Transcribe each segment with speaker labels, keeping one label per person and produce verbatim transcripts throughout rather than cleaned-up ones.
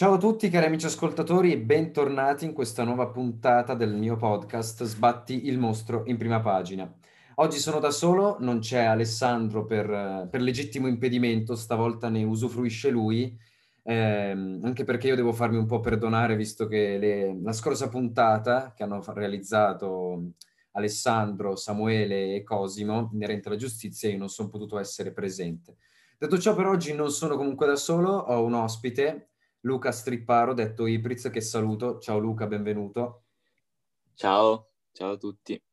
Speaker 1: Ciao a tutti cari amici ascoltatori e bentornati in questa nuova puntata del mio podcast Sbatti il mostro in prima pagina. Oggi sono da solo, non c'è Alessandro per, per legittimo impedimento, stavolta ne usufruisce lui, ehm, anche perché io devo farmi un po' perdonare visto che le- la scorsa puntata che hanno fa- realizzato Alessandro, Samuele e Cosimo inerente alla giustizia io non sono potuto essere presente. Detto ciò, per oggi non sono comunque da solo, ho un ospite. Luca Stripparo, detto Ipriz, che saluto. Ciao Luca, benvenuto.
Speaker 2: Ciao, ciao a tutti,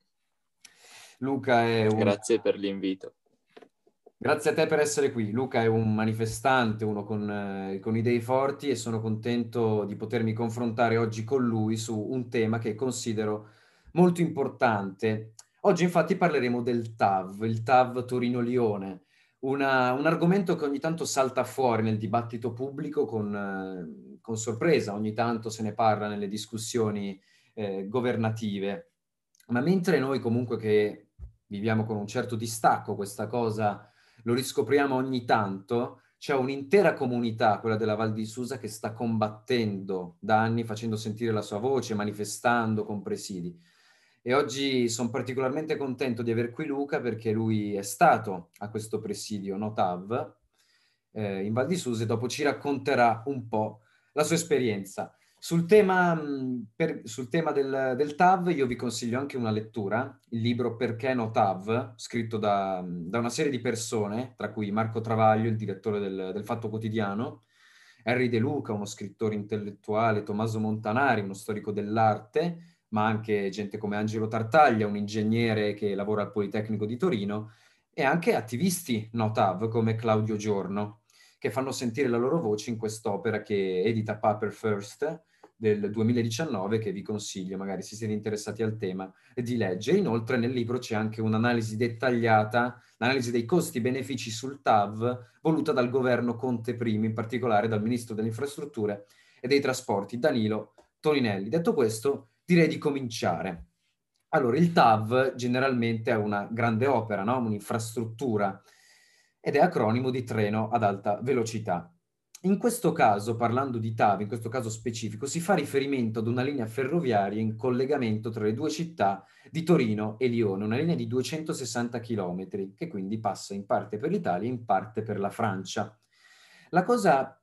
Speaker 1: Luca è un...
Speaker 2: grazie per l'invito.
Speaker 1: Grazie a te per essere qui. Luca è un manifestante, uno con, eh, con idee forti e sono contento di potermi confrontare oggi con lui su un tema che considero molto importante. Oggi infatti parleremo del T A V, il T A V Torino-Lione, una- un argomento che ogni tanto salta fuori nel dibattito pubblico con, eh, con sorpresa, ogni tanto se ne parla nelle discussioni eh, governative. Ma mentre noi comunque che viviamo con un certo distacco questa cosa lo riscopriamo ogni tanto, c'è un'intera comunità, quella della Val di Susa, che sta combattendo da anni, facendo sentire la sua voce, manifestando con presidi. E oggi sono particolarmente contento di aver qui Luca perché lui è stato a questo presidio Notav eh, in Val di Susa e dopo ci racconterà un po' la sua esperienza. Sul tema, mh, per- sul tema del, del T A V io vi consiglio anche una lettura, il libro Perché no T A V, scritto da, da una serie di persone, tra cui Marco Travaglio, il direttore del, del Fatto Quotidiano, Henry De Luca, uno scrittore intellettuale, Tommaso Montanari, uno storico dell'arte, ma anche gente come Angelo Tartaglia, un ingegnere che lavora al Politecnico di Torino, e anche attivisti no T A V come Claudio Giorno, che fanno sentire la loro voce in quest'opera che edita Paper First del duemiladiciannove, che vi consiglio, magari se siete interessati al tema, di leggere. Inoltre nel libro c'è anche un'analisi dettagliata, l'analisi dei costi-benefici sul T A V, voluta dal governo Conte primo, in particolare dal ministro delle infrastrutture e dei trasporti, Danilo Toninelli. Detto questo, direi di cominciare. Allora, il T A V generalmente è una grande opera, no? Un'infrastruttura, ed è acronimo di treno ad alta velocità. In questo caso, parlando di T A V, in questo caso specifico, si fa riferimento ad una linea ferroviaria in collegamento tra le due città di Torino e Lione, una linea di duecentosessanta chilometri, che quindi passa in parte per l'Italia e in parte per la Francia. La cosa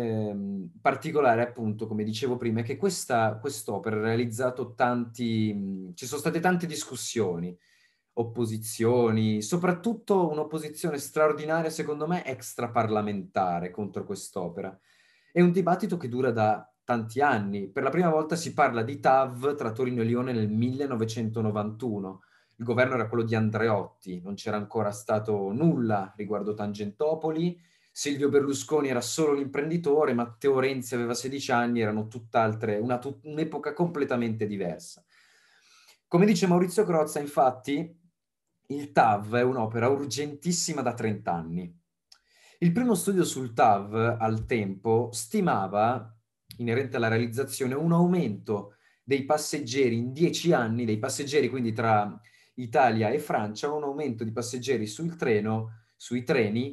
Speaker 1: ehm, particolare, appunto, come dicevo prima, è che questa, quest'opera ha realizzato tanti, mh, ci sono state tante discussioni, opposizioni, soprattutto un'opposizione straordinaria, secondo me, extraparlamentare contro quest'opera. È un dibattito che dura da tanti anni. Per la prima volta si parla di T A V tra Torino e Lione nel millenovecentonovantuno. Il governo era quello di Andreotti, non c'era ancora stato nulla riguardo Tangentopoli. Silvio Berlusconi era solo l'imprenditore, Matteo Renzi aveva sedici anni, erano tutt'altre, una, tut- un'epoca completamente diversa. Come dice Maurizio Crozza, infatti, il T A V è un'opera urgentissima da trenta anni. Il primo studio sul T A V al tempo stimava, inerente alla realizzazione, un aumento dei passeggeri in dieci anni, dei passeggeri quindi tra Italia e Francia, un aumento di passeggeri sul treno, sui treni,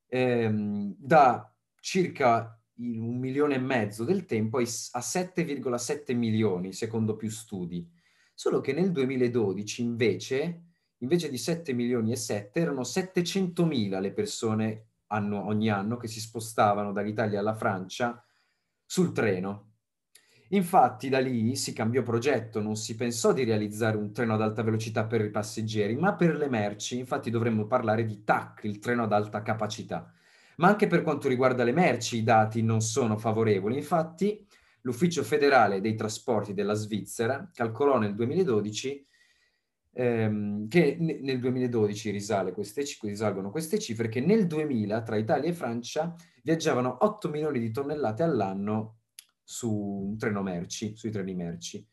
Speaker 1: ehm, da circa il- un milione e mezzo del tempo ai- a sette virgola sette milioni, secondo più studi. Solo che nel duemiladodici, invece, invece di sette milioni e sette, erano settecentomila le persone anno- ogni anno che si spostavano dall'Italia alla Francia sul treno. Infatti da lì si cambiò progetto, non si pensò di realizzare un treno ad alta velocità per i passeggeri, ma per le merci. Infatti dovremmo parlare di T A C, il treno ad alta capacità. Ma anche per quanto riguarda le merci i dati non sono favorevoli. Infatti l'Ufficio federale dei trasporti della Svizzera calcolò nel duemiladodici ehm, che ne- nel duemiladodici risale queste, risalgono queste cifre, che nel duemila tra Italia e Francia viaggiavano otto milioni di tonnellate all'anno su un treno merci, sui treni merci,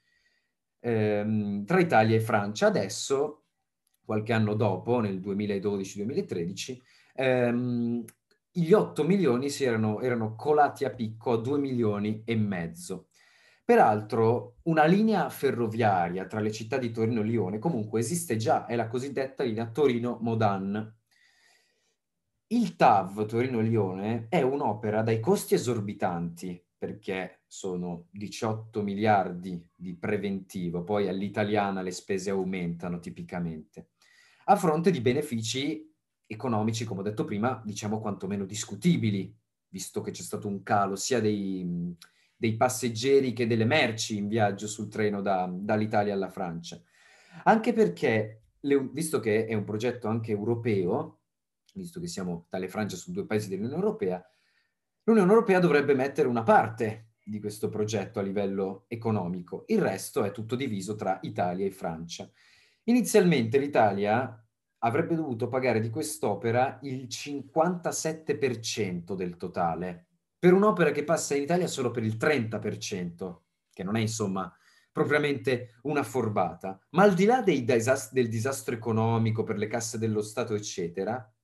Speaker 1: ehm, tra Italia e Francia. Adesso, qualche anno dopo, nel duemiladodici-duemilatredici, ehm, gli otto milioni si erano, erano colati a picco a due milioni e mezzo. Peraltro, una linea ferroviaria tra le città di Torino e Lione comunque esiste già, è la cosiddetta linea Torino-Modan. Il T A V Torino-Lione è un'opera dai costi esorbitanti, perché sono diciotto miliardi di preventivo, poi all'italiana le spese aumentano tipicamente, a fronte di benefici economici, come ho detto prima, diciamo quantomeno discutibili, visto che c'è stato un calo sia dei, dei passeggeri che delle merci in viaggio sul treno da, dall'Italia alla Francia. Anche perché, le, visto che è un progetto anche europeo, visto che siamo Italia e Francia su due paesi dell'Unione Europea, l'Unione Europea dovrebbe mettere una parte di questo progetto a livello economico. Il resto è tutto diviso tra Italia e Francia. Inizialmente l'Italia avrebbe dovuto pagare di quest'opera il cinquantasette per cento del totale, per un'opera che passa in Italia solo per il trenta per cento, che non è insomma propriamente una forbata. Ma al di là dei disast- del disastro economico per le casse dello Stato, eccetera,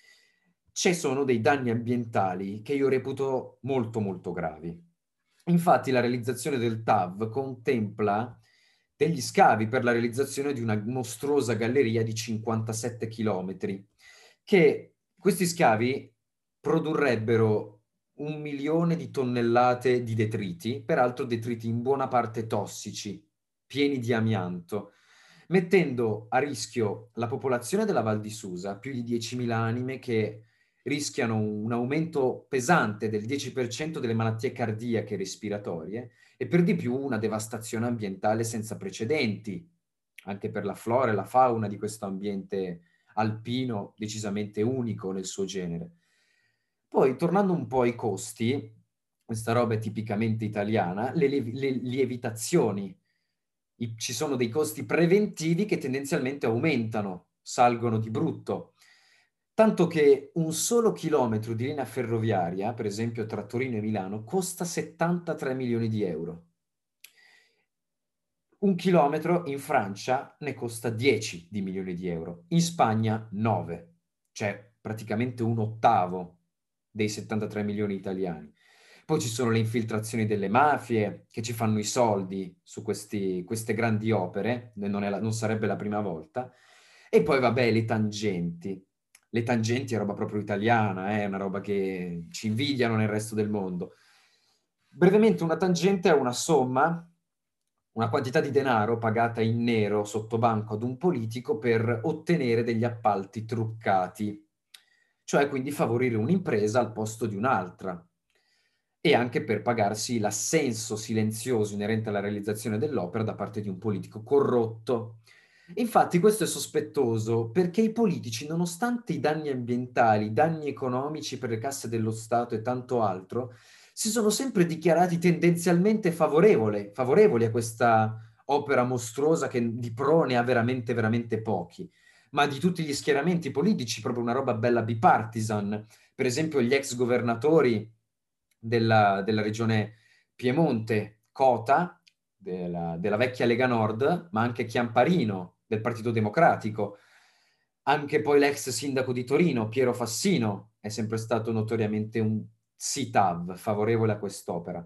Speaker 1: ci sono dei danni ambientali che io reputo molto molto gravi. Infatti la realizzazione del T A V contempla degli scavi per la realizzazione di una mostruosa galleria di cinquantasette chilometri, che questi scavi produrrebbero un milione di tonnellate di detriti, peraltro detriti in buona parte tossici, pieni di amianto, mettendo a rischio la popolazione della Val di Susa, più di diecimila anime che rischiano un aumento pesante del dieci per cento delle malattie cardiache e respiratorie e per di più una devastazione ambientale senza precedenti, anche per la flora e la fauna di questo ambiente alpino decisamente unico nel suo genere. Poi, tornando un po' ai costi, questa roba è tipicamente italiana, le, liev- le lievitazioni. I- ci sono dei costi preventivi che tendenzialmente aumentano, salgono di brutto. Tanto che un solo chilometro di linea ferroviaria, per esempio tra Torino e Milano, costa settantatré milioni di euro. Un chilometro in Francia ne costa dieci di milioni di euro, in Spagna nove, cioè praticamente un ottavo dei settantatré milioni italiani. Poi ci sono le infiltrazioni delle mafie che ci fanno i soldi su questi, queste grandi opere, non, è la- non sarebbe la prima volta. E poi vabbè, le tangenti. Le tangenti è roba proprio italiana, è una roba che ci invidiano nel resto del mondo. Brevemente, una tangente è una somma, una quantità di denaro pagata in nero sotto banco ad un politico per ottenere degli appalti truccati, cioè quindi favorire un'impresa al posto di un'altra e anche per pagarsi l'assenso silenzioso inerente alla realizzazione dell'opera da parte di un politico corrotto. Infatti questo è sospettoso perché i politici, nonostante i danni ambientali, i danni economici per le casse dello Stato e tanto altro, si sono sempre dichiarati tendenzialmente favorevole, favorevoli a questa opera mostruosa che di pro ne ha veramente, veramente pochi. Ma di tutti gli schieramenti politici, proprio una roba bella bipartisan. Per esempio, gli ex governatori della, della regione Piemonte, Cota, della, della vecchia Lega Nord, ma anche Chiamparino del Partito Democratico. Anche poi l'ex sindaco di Torino, Piero Fassino, è sempre stato notoriamente un sì T A V, favorevole a quest'opera.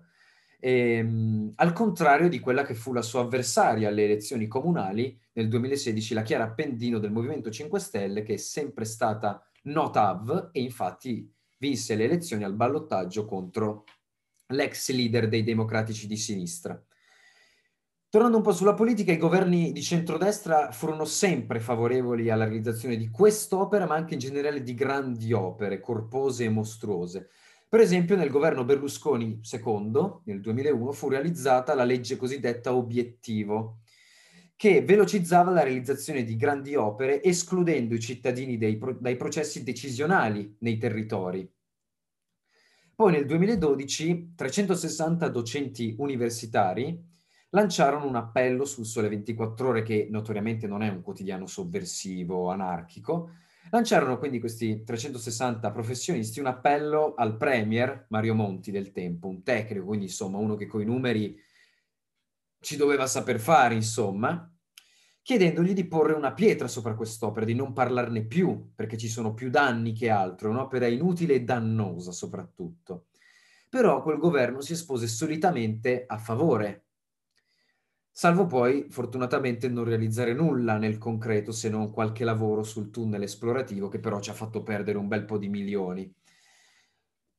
Speaker 1: Ehm, al contrario di quella che fu la sua avversaria alle elezioni comunali nel duemilasedici, la Chiara Appendino del Movimento cinque Stelle, che è sempre stata no T A V e infatti vinse le elezioni al ballottaggio contro l'ex leader dei democratici di sinistra. Tornando un po' sulla politica, i governi di centrodestra furono sempre favorevoli alla realizzazione di quest'opera, ma anche in generale di grandi opere, corpose e mostruose. Per esempio, nel governo Berlusconi secondo, nel duemilauno, fu realizzata la legge cosiddetta Obiettivo, che velocizzava la realizzazione di grandi opere, escludendo i cittadini dei pro- dai processi decisionali nei territori. Poi nel duemiladodici trecentosessanta docenti universitari lanciarono un appello sul Sole ventiquattro Ore, che notoriamente non è un quotidiano sovversivo, anarchico. Lanciarono quindi questi trecentosessanta professionisti un appello al premier Mario Monti del tempo, un tecnico, quindi insomma uno che coi numeri ci doveva saper fare, insomma, chiedendogli di porre una pietra sopra quest'opera, di non parlarne più, perché ci sono più danni che altro, è un'opera inutile e dannosa soprattutto. Però quel governo si espose solitamente a favore, salvo poi fortunatamente non realizzare nulla nel concreto se non qualche lavoro sul tunnel esplorativo che però ci ha fatto perdere un bel po' di milioni.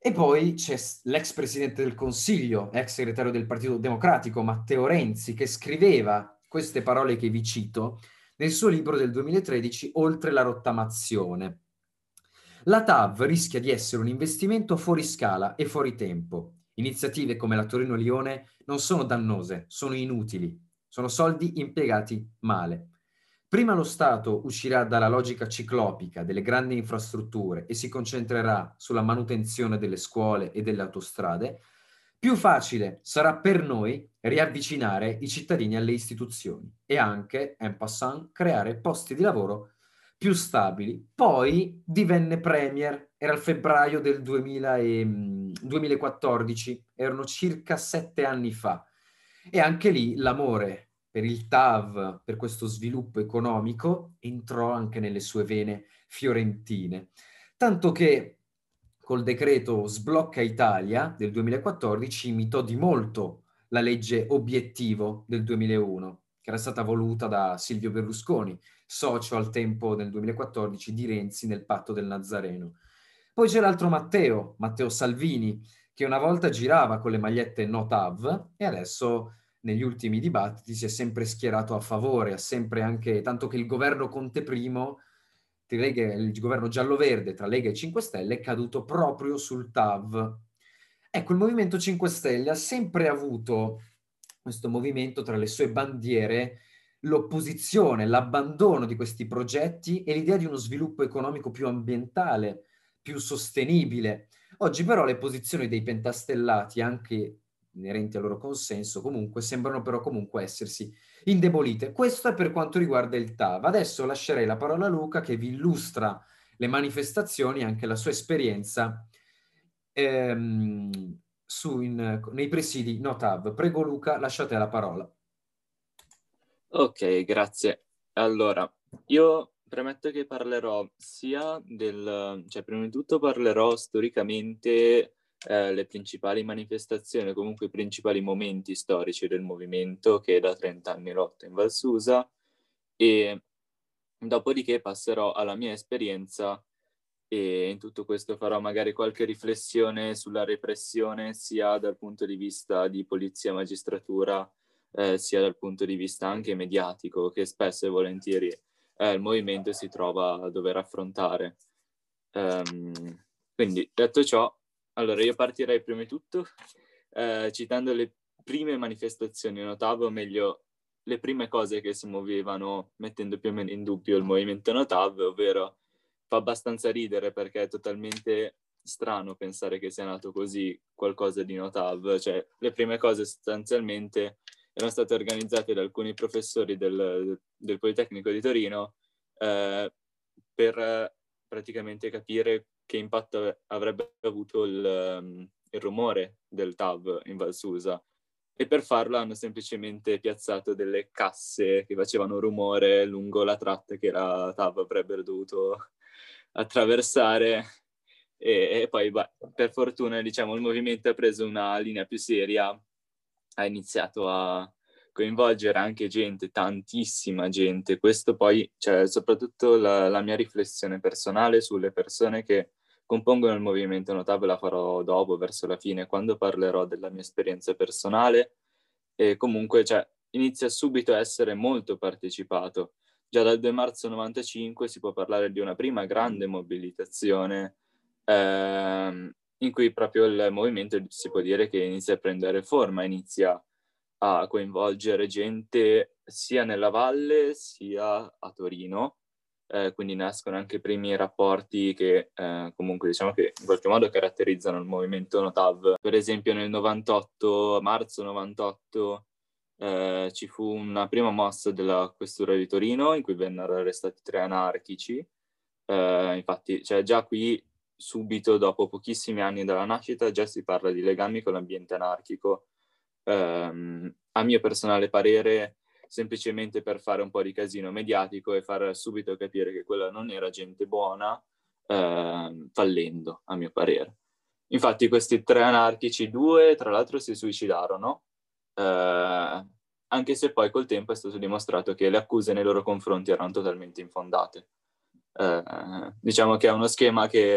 Speaker 1: E poi c'è l'ex presidente del Consiglio, ex segretario del Partito Democratico, Matteo Renzi, che scriveva queste parole che vi cito nel suo libro del duemilatredici, Oltre la rottamazione. La T A V rischia di essere un investimento fuori scala e fuori tempo. Iniziative come la Torino-Lione non sono dannose, sono inutili. Sono soldi impiegati male. Prima lo Stato uscirà dalla logica ciclopica delle grandi infrastrutture e si concentrerà sulla manutenzione delle scuole e delle autostrade, più facile sarà per noi riavvicinare i cittadini alle istituzioni e anche, en passant, creare posti di lavoro più stabili. Poi divenne premier, era il febbraio del duemila e, mm, duemilaquattordici, erano circa sette anni fa. E anche lì l'amore per il T A V, per questo sviluppo economico, entrò anche nelle sue vene fiorentine. Tanto che col decreto Sblocca Italia del duemilaquattordici imitò di molto la legge Obiettivo del duemilauno, che era stata voluta da Silvio Berlusconi, socio al tempo del duemilaquattordici di Renzi nel patto del Nazareno. Poi c'è l'altro Matteo, Matteo Salvini, che una volta girava con le magliette No T A V e adesso negli ultimi dibattiti si è sempre schierato a favore, ha sempre anche, tanto che il governo Conte primo, Lega, il governo giallo-verde tra Lega e cinque Stelle è caduto proprio sul T A V. Ecco, il Movimento cinque Stelle ha sempre avuto questo movimento tra le sue bandiere l'opposizione, l'abbandono di questi progetti e l'idea di uno sviluppo economico più ambientale, più sostenibile. Oggi però le posizioni dei pentastellati, anche inerenti al loro consenso, comunque sembrano però comunque essersi indebolite. Questo è per quanto riguarda il T A V. Adesso lascerei la parola a Luca che vi illustra le manifestazioni e anche la sua esperienza ehm, su in, nei presidi No T A V. Prego Luca, lasciate la parola.
Speaker 2: Ok, grazie. Allora, io premetto che parlerò sia del, cioè prima di tutto parlerò storicamente eh, le principali manifestazioni, comunque i principali momenti storici del movimento che da trenta anni lotta in Val Susa, e dopodiché passerò alla mia esperienza e in tutto questo farò magari qualche riflessione sulla repressione sia dal punto di vista di polizia e magistratura, eh, sia dal punto di vista anche mediatico, che spesso e volentieri eh, il movimento si trova a dover affrontare. Um, quindi, detto ciò, allora io partirei prima di tutto eh, citando le prime manifestazioni No T A V, o meglio, le prime cose che si muovevano mettendo più o meno in dubbio il movimento No T A V, ovvero fa abbastanza ridere perché è totalmente strano pensare che sia nato così qualcosa di No T A V, cioè le prime cose sostanzialmente erano state organizzate da alcuni professori del, del Politecnico di Torino eh, per praticamente capire che impatto avrebbe avuto il, il rumore del T A V in Val Susa, e per farlo hanno semplicemente piazzato delle casse che facevano rumore lungo la tratta che la T A V avrebbe dovuto attraversare, e, e poi beh, per fortuna diciamo il movimento ha preso una linea più seria, ha iniziato a coinvolgere anche gente, tantissima gente. Questo poi, cioè, soprattutto la, la mia riflessione personale sulle persone che compongono il movimento No T A V la farò dopo, verso la fine, quando parlerò della mia esperienza personale, e comunque cioè, inizia subito a essere molto partecipato. Già dal due marzo novantacinque si può parlare di una prima grande mobilitazione ehm, in cui proprio il movimento si può dire che inizia a prendere forma, inizia a coinvolgere gente sia nella valle sia a Torino, eh, quindi nascono anche i primi rapporti che eh, comunque diciamo che in qualche modo caratterizzano il movimento No T A V. Per esempio nel novantotto, marzo novantotto, eh, ci fu una prima mossa della questura di Torino in cui vennero arrestati tre anarchici. Eh, infatti, cioè, già qui subito dopo pochissimi anni dalla nascita già si parla di legami con l'ambiente anarchico. Um, a mio personale parere, semplicemente per fare un po' di casino mediatico e far subito capire che quella non era gente buona, uh, fallendo, a mio parere. Infatti questi tre anarchici, due tra l'altro si suicidarono, uh, anche se poi col tempo è stato dimostrato che le accuse nei loro confronti erano totalmente infondate. Uh, diciamo che è uno schema che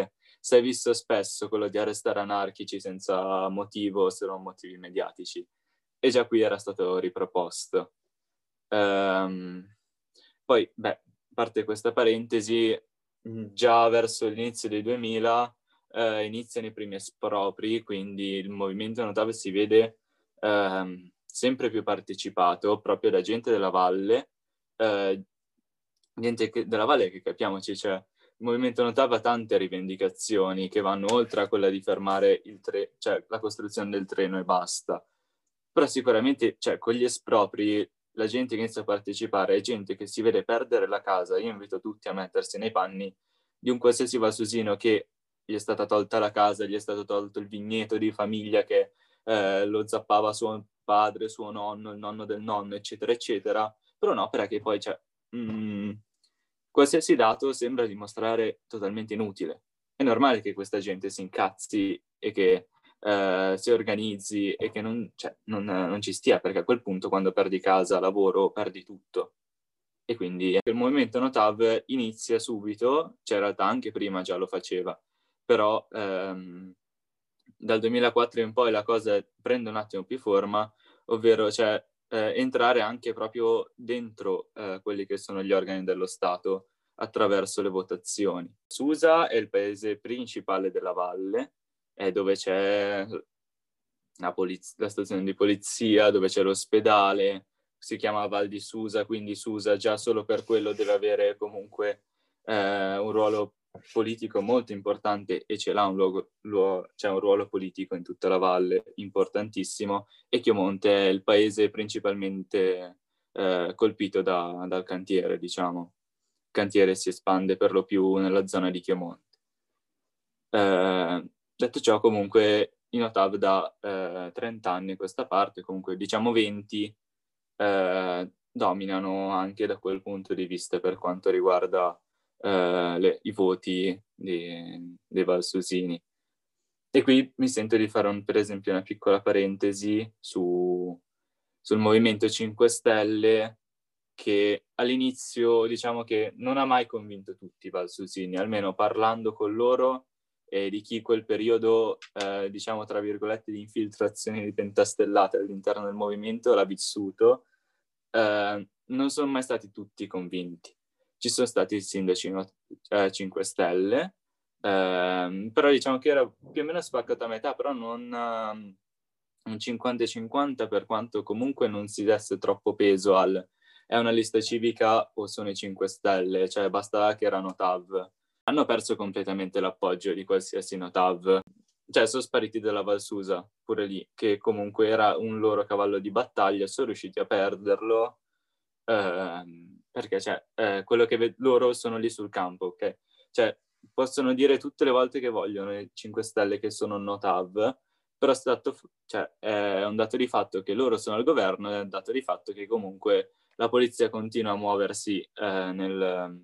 Speaker 2: si è visto spesso quello di arrestare anarchici senza motivo, se non motivi mediatici. E già qui era stato riproposto. Ehm, poi, beh, a parte questa parentesi, già verso l'inizio dei duemila eh, iniziano i primi espropri, quindi il movimento No TAV si vede ehm, sempre più partecipato proprio da gente della valle, eh, gente che, della valle che capiamoci, cioè il movimento No TAV ha tante rivendicazioni che vanno oltre a quella di fermare il tre, cioè la costruzione del treno e basta. Però sicuramente, cioè, con gli espropri, la gente che inizia a partecipare è gente che si vede perdere la casa. Io invito tutti a mettersi nei panni di un qualsiasi valsusino che gli è stata tolta la casa, gli è stato tolto il vigneto di famiglia che eh, lo zappava suo padre, suo nonno, il nonno del nonno, eccetera, eccetera. Per un'opera che poi, cioè, mh, qualsiasi dato sembra dimostrare totalmente inutile. È normale che questa gente si incazzi e che eh, si organizzi e che non, cioè, non, non ci stia, perché a quel punto quando perdi casa, lavoro, perdi tutto. E quindi il movimento No TAV inizia subito, cioè in realtà anche prima già lo faceva, però ehm, dal duemilaquattro in poi la cosa prende un attimo più forma, ovvero cioè, eh, entrare anche proprio dentro eh, quelli che sono gli organi dello Stato attraverso le votazioni. Susa è il paese principale della valle, è dove c'è la, poliz- la stazione di polizia, dove c'è l'ospedale, si chiama Val di Susa, quindi Susa già solo per quello deve avere comunque eh, un ruolo politico molto importante e ce l'ha un, luogo, luogo, c'è un ruolo politico in tutta la valle importantissimo, e Chiomonte è il paese principalmente eh, colpito da, dal cantiere, diciamo. Il cantiere si espande per lo più nella zona di Chiomonte. Eh, detto ciò, comunque i No TAV da eh, trenta anni a questa parte, comunque diciamo venti, eh, dominano anche da quel punto di vista per quanto riguarda eh, le, i voti dei, dei valsusini. E qui mi sento di fare un, per esempio una piccola parentesi su, sul Movimento cinque Stelle, che all'inizio diciamo che non ha mai convinto tutti i valsusini, almeno parlando con loro e di chi quel periodo, eh, diciamo tra virgolette, di infiltrazione di pentastellate all'interno del movimento l'ha vissuto, eh, non sono mai stati tutti convinti. Ci sono stati i sindaci eh, cinque Stelle, eh, però diciamo che era più o meno spaccato a metà, però non um, un cinquanta e cinquanta, per quanto comunque non si desse troppo peso al è una lista civica o sono i cinque Stelle, cioè bastava che erano TAV. Hanno perso completamente l'appoggio di qualsiasi No TAV, cioè sono spariti dalla Valsusa, pure lì, che comunque era un loro cavallo di battaglia, sono riusciti a perderlo, ehm, perché cioè, eh, quello che ved- loro sono lì sul campo, ok? Cioè, possono dire tutte le volte che vogliono i cinque Stelle che sono No TAV, però è, stato, cioè, è un dato di fatto che loro sono al governo, è un dato di fatto che comunque la polizia continua a muoversi eh, nel,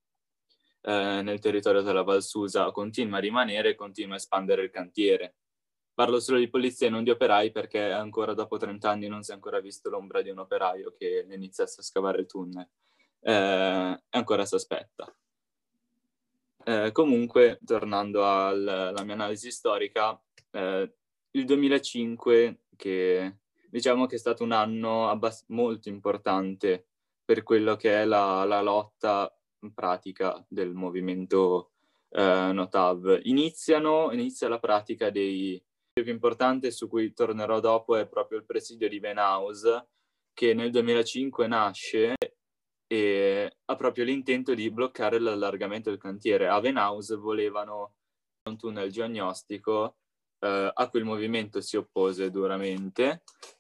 Speaker 2: eh, nel territorio della Valsusa, continua a rimanere, continua a espandere il cantiere. Parlo solo di polizia e non di operai, perché ancora dopo trenta anni non si è ancora visto l'ombra di un operaio che iniziasse a scavare il tunnel. Eh, ancora si aspetta. Eh, comunque, tornando al- alla mia analisi storica, eh, il duemilacinque, che diciamo che è stato un anno abbast- molto importante per quello che è la, la lotta pratica del movimento eh, No TAV. Iniziano, inizia la pratica dei... Il più importante, su cui tornerò dopo, è proprio il presidio di Venaus, che nel duemilacinque nasce e ha proprio l'intento di bloccare l'allargamento del cantiere. A Venaus volevano un tunnel geognostico eh, a cui il movimento si oppose duramente,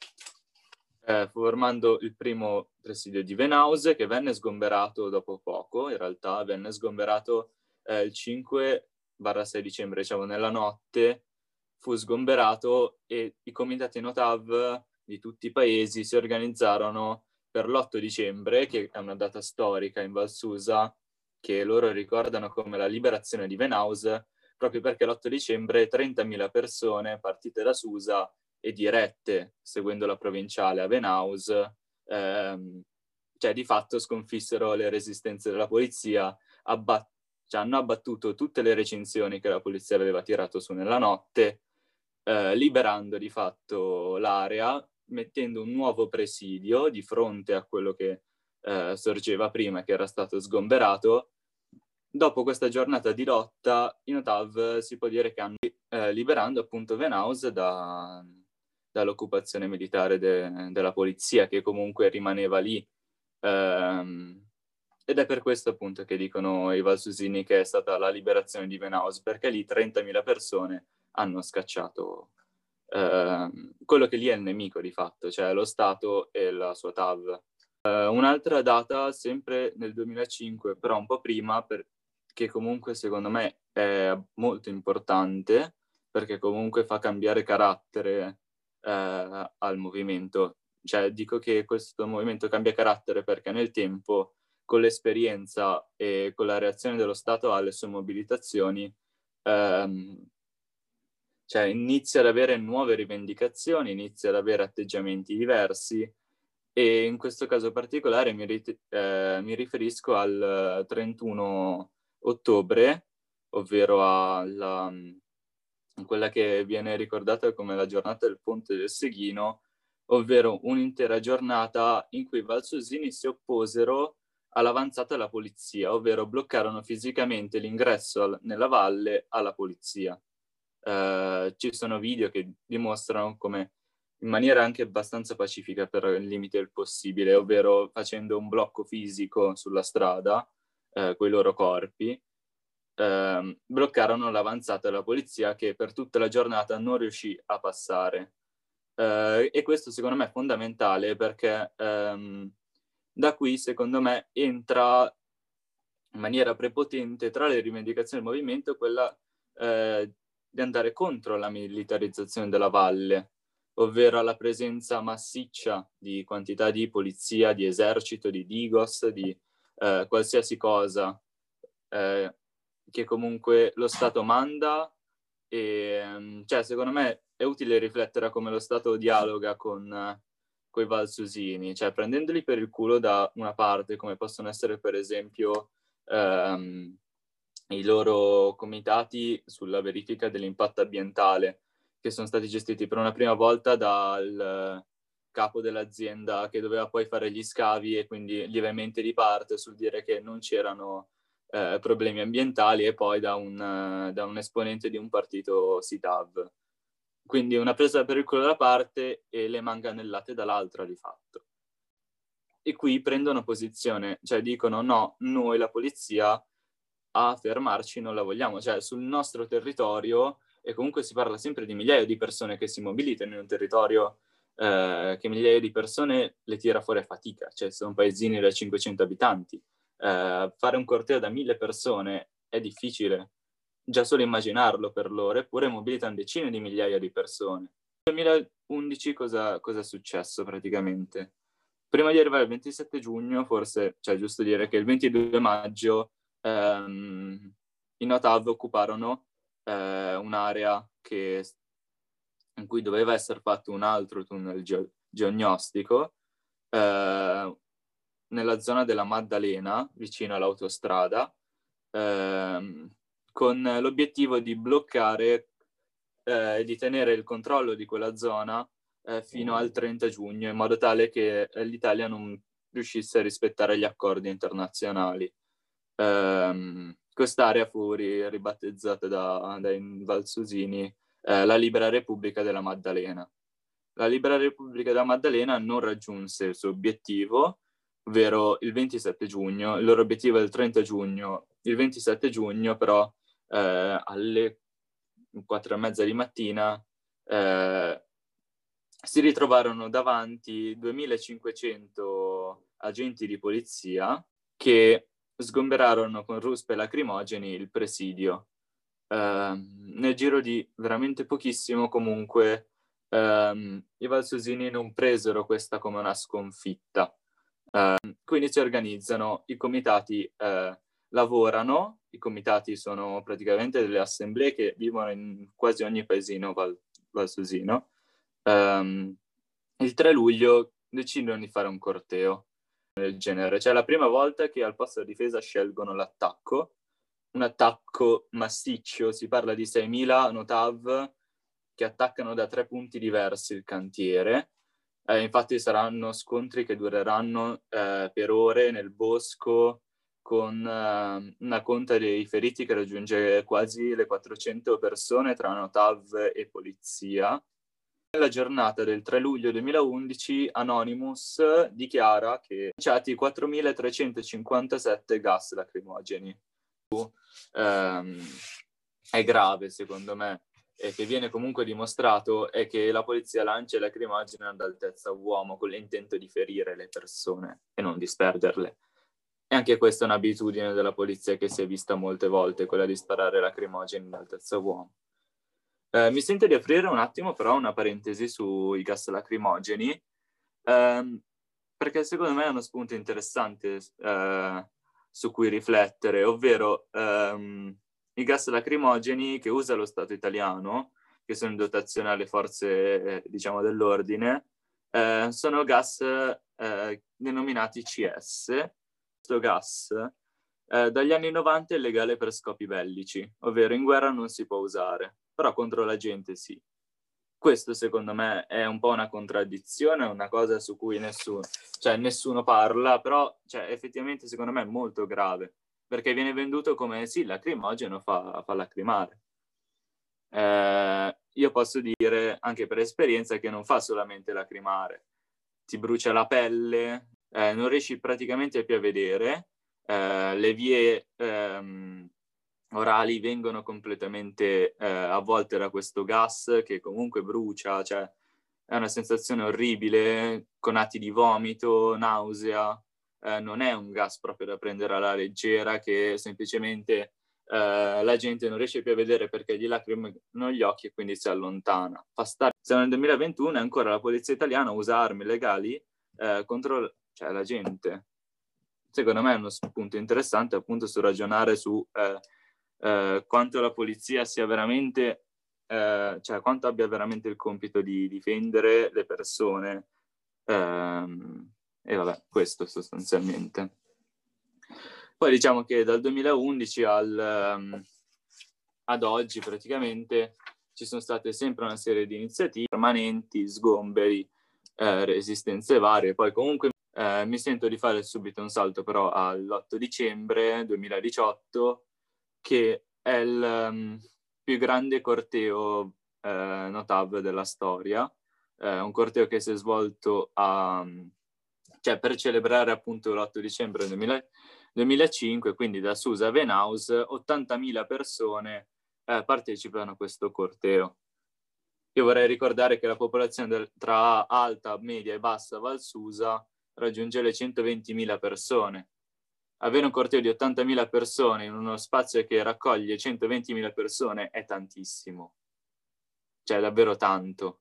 Speaker 2: eh, formando il primo presidio di Venaus, che venne sgomberato dopo poco. In realtà venne sgomberato eh, il cinque sei dicembre, diciamo nella notte, fu sgomberato e i comitati No TAV di tutti i paesi si organizzarono per l'otto dicembre, che è una data storica in Valsusa, che loro ricordano come la liberazione di Venaus, proprio perché l'otto dicembre trentamila persone partite da Susa e dirette, seguendo la provinciale a Venaus, ehm, cioè di fatto sconfissero le resistenze della polizia, abbat- cioè hanno abbattuto tutte le recinzioni che la polizia aveva tirato su nella notte, eh, liberando di fatto l'area, mettendo un nuovo presidio di fronte a quello che eh, sorgeva prima, che era stato sgomberato. Dopo questa giornata di lotta, i Notav si può dire che hanno eh, liberando appunto Venaus da, dall'occupazione militare de, della polizia, che comunque rimaneva lì. Um, ed è per questo appunto che dicono i valsusini che è stata la liberazione di Venaus, perché lì trentamila persone hanno scacciato uh, quello che lì è il nemico di fatto, cioè lo Stato e la sua Tav. Uh, un'altra data, sempre nel duemilacinque, però un po' prima, per, che comunque secondo me è molto importante, perché comunque fa cambiare carattere uh, al movimento. Cioè dico che questo movimento cambia carattere perché nel tempo, con l'esperienza e con la reazione dello Stato alle sue mobilitazioni, ehm, cioè inizia ad avere nuove rivendicazioni, inizia ad avere atteggiamenti diversi, e in questo caso particolare mi, rit- eh, mi riferisco al trentuno ottobre, ovvero alla, quella che viene ricordata come la giornata del Ponte del Seghino, ovvero un'intera giornata in cui i valsusini si opposero all'avanzata della polizia, ovvero bloccarono fisicamente l'ingresso al- nella valle alla polizia. Uh, ci sono video che dimostrano come in maniera anche abbastanza pacifica, per il limite del possibile, ovvero facendo un blocco fisico sulla strada, uh, con i loro corpi, uh, bloccarono l'avanzata della polizia che per tutta la giornata non riuscì a passare. Uh, e questo secondo me è fondamentale perché um, da qui secondo me entra in maniera prepotente tra le rivendicazioni del movimento quella uh, di andare contro la militarizzazione della valle, ovvero la presenza massiccia di quantità di polizia, di esercito, di Digos, di uh, qualsiasi cosa uh, che comunque lo Stato manda. E cioè secondo me è utile riflettere a come lo Stato dialoga con uh, i valsusini, cioè prendendoli per il culo da una parte, come possono essere per esempio um, i loro comitati sulla verifica dell'impatto ambientale, che sono stati gestiti per una prima volta dal capo dell'azienda che doveva poi fare gli scavi e quindi lievemente di parte sul dire che non c'erano eh, problemi ambientali, e poi da un, uh, da un esponente di un partito SITAV. Quindi una presa per il culo da parte e le manganellate dall'altra di fatto. E qui prendono posizione, cioè dicono no, noi la polizia a fermarci non la vogliamo, cioè sul nostro territorio, e comunque si parla sempre di migliaia di persone che si mobilitano in un territorio eh, che migliaia di persone le tira fuori a fatica, cioè sono paesini da cinquecento abitanti. Eh, fare un corteo da mille persone è difficile, già solo immaginarlo per loro, eppure mobilitano decine di migliaia di persone. Nel duemilaundici cosa, cosa è successo praticamente? Prima di arrivare al ventisette giugno, forse, cioè giusto dire che il ventidue maggio Um, i Notav occuparono uh, un'area che, in cui doveva essere fatto un altro tunnel ge- geognostico uh, nella zona della Maddalena, vicino all'autostrada, uh, con l'obiettivo di bloccare e uh, di tenere il controllo di quella zona uh, fino al trenta giugno, in modo tale che l'Italia non riuscisse a rispettare gli accordi internazionali. Um, quest'area fu ri- ribattezzata da, dai valsusini eh, la Libera Repubblica della Maddalena. La Libera Repubblica della Maddalena non raggiunse il suo obiettivo, ovvero il ventisette giugno. Il loro obiettivo è il trenta giugno. Il ventisette giugno però eh, alle quattro e mezza di mattina eh, si ritrovarono davanti duemilacinquecento agenti di polizia che sgomberarono con ruspe e lacrimogeni il presidio. Uh, nel giro di veramente pochissimo, comunque, um, i valsusini non presero questa come una sconfitta. Uh, quindi si organizzano, i comitati uh, lavorano, i comitati sono praticamente delle assemblee che vivono in quasi ogni paesino val- valsusino. Um, il tre luglio decidono di fare un corteo del genere, cioè la prima volta che al posto della difesa scelgono l'attacco, un attacco massiccio, si parla di seimila Notav che attaccano da tre punti diversi il cantiere. Eh, infatti saranno scontri che dureranno eh, per ore nel bosco, con eh, una conta dei feriti che raggiunge quasi le quattrocento persone tra Notav e polizia. Nella giornata del tre luglio duemilaundici Anonymous dichiara che sono lanciati quattromilatrecentocinquantasette gas lacrimogeni. Um, è grave, secondo me, e che viene comunque dimostrato è che la polizia lancia i lacrimogeni ad altezza uomo con l'intento di ferire le persone e non disperderle. E anche questa è un'abitudine della polizia che si è vista molte volte, quella di sparare lacrimogeni ad altezza uomo. Eh, mi sento di aprire un attimo però una parentesi sui gas lacrimogeni, ehm, perché secondo me è uno spunto interessante eh, su cui riflettere, ovvero ehm, i gas lacrimogeni che usa lo Stato italiano, che sono in dotazione alle forze eh, diciamo dell'ordine, eh, sono gas eh, denominati C S. Questo gas eh, dagli anni novanta è illegale per scopi bellici, ovvero in guerra non si può usare, però contro la gente sì. Questo secondo me è un po' una contraddizione, una cosa su cui nessuno, cioè, nessuno parla, però cioè, effettivamente secondo me è molto grave, perché viene venduto come sì, lacrimogeno fa, fa lacrimare. Eh, io posso dire anche per esperienza che non fa solamente lacrimare, ti brucia la pelle, eh, non riesci praticamente più a vedere, eh, le vie ehm, orali vengono completamente eh, avvolte da questo gas che comunque brucia, cioè è una sensazione orribile, con atti di vomito, nausea, eh, non è un gas proprio da prendere alla leggera che semplicemente eh, la gente non riesce più a vedere perché gli lacrimano gli occhi e quindi si allontana. Fa stare. Siamo nel duemilaventuno e ancora la polizia italiana usa armi legali eh, contro cioè, la gente. Secondo me è uno spunto interessante appunto su ragionare su eh, eh, quanto la polizia sia veramente, eh, cioè quanto abbia veramente il compito di difendere le persone. Ehm, e vabbè, questo sostanzialmente. Poi diciamo che dal duemilaundici al, um, ad oggi praticamente ci sono state sempre una serie di iniziative permanenti, sgomberi, eh, resistenze varie. Poi comunque eh, mi sento di fare subito un salto però all'otto dicembre duemiladiciotto, che è il um, più grande corteo eh, Notav della storia, eh, un corteo che si è svolto a, cioè, per celebrare appunto l'otto dicembre duemilacinque, quindi da Susa a Venaus, ottantamila persone eh, partecipano a questo corteo. Io vorrei ricordare che la popolazione del, tra alta, media e bassa Val Susa raggiunge le centoventimila persone. Avere un corteo di ottantamila persone in uno spazio che raccoglie centoventimila persone è tantissimo. Cioè, davvero tanto.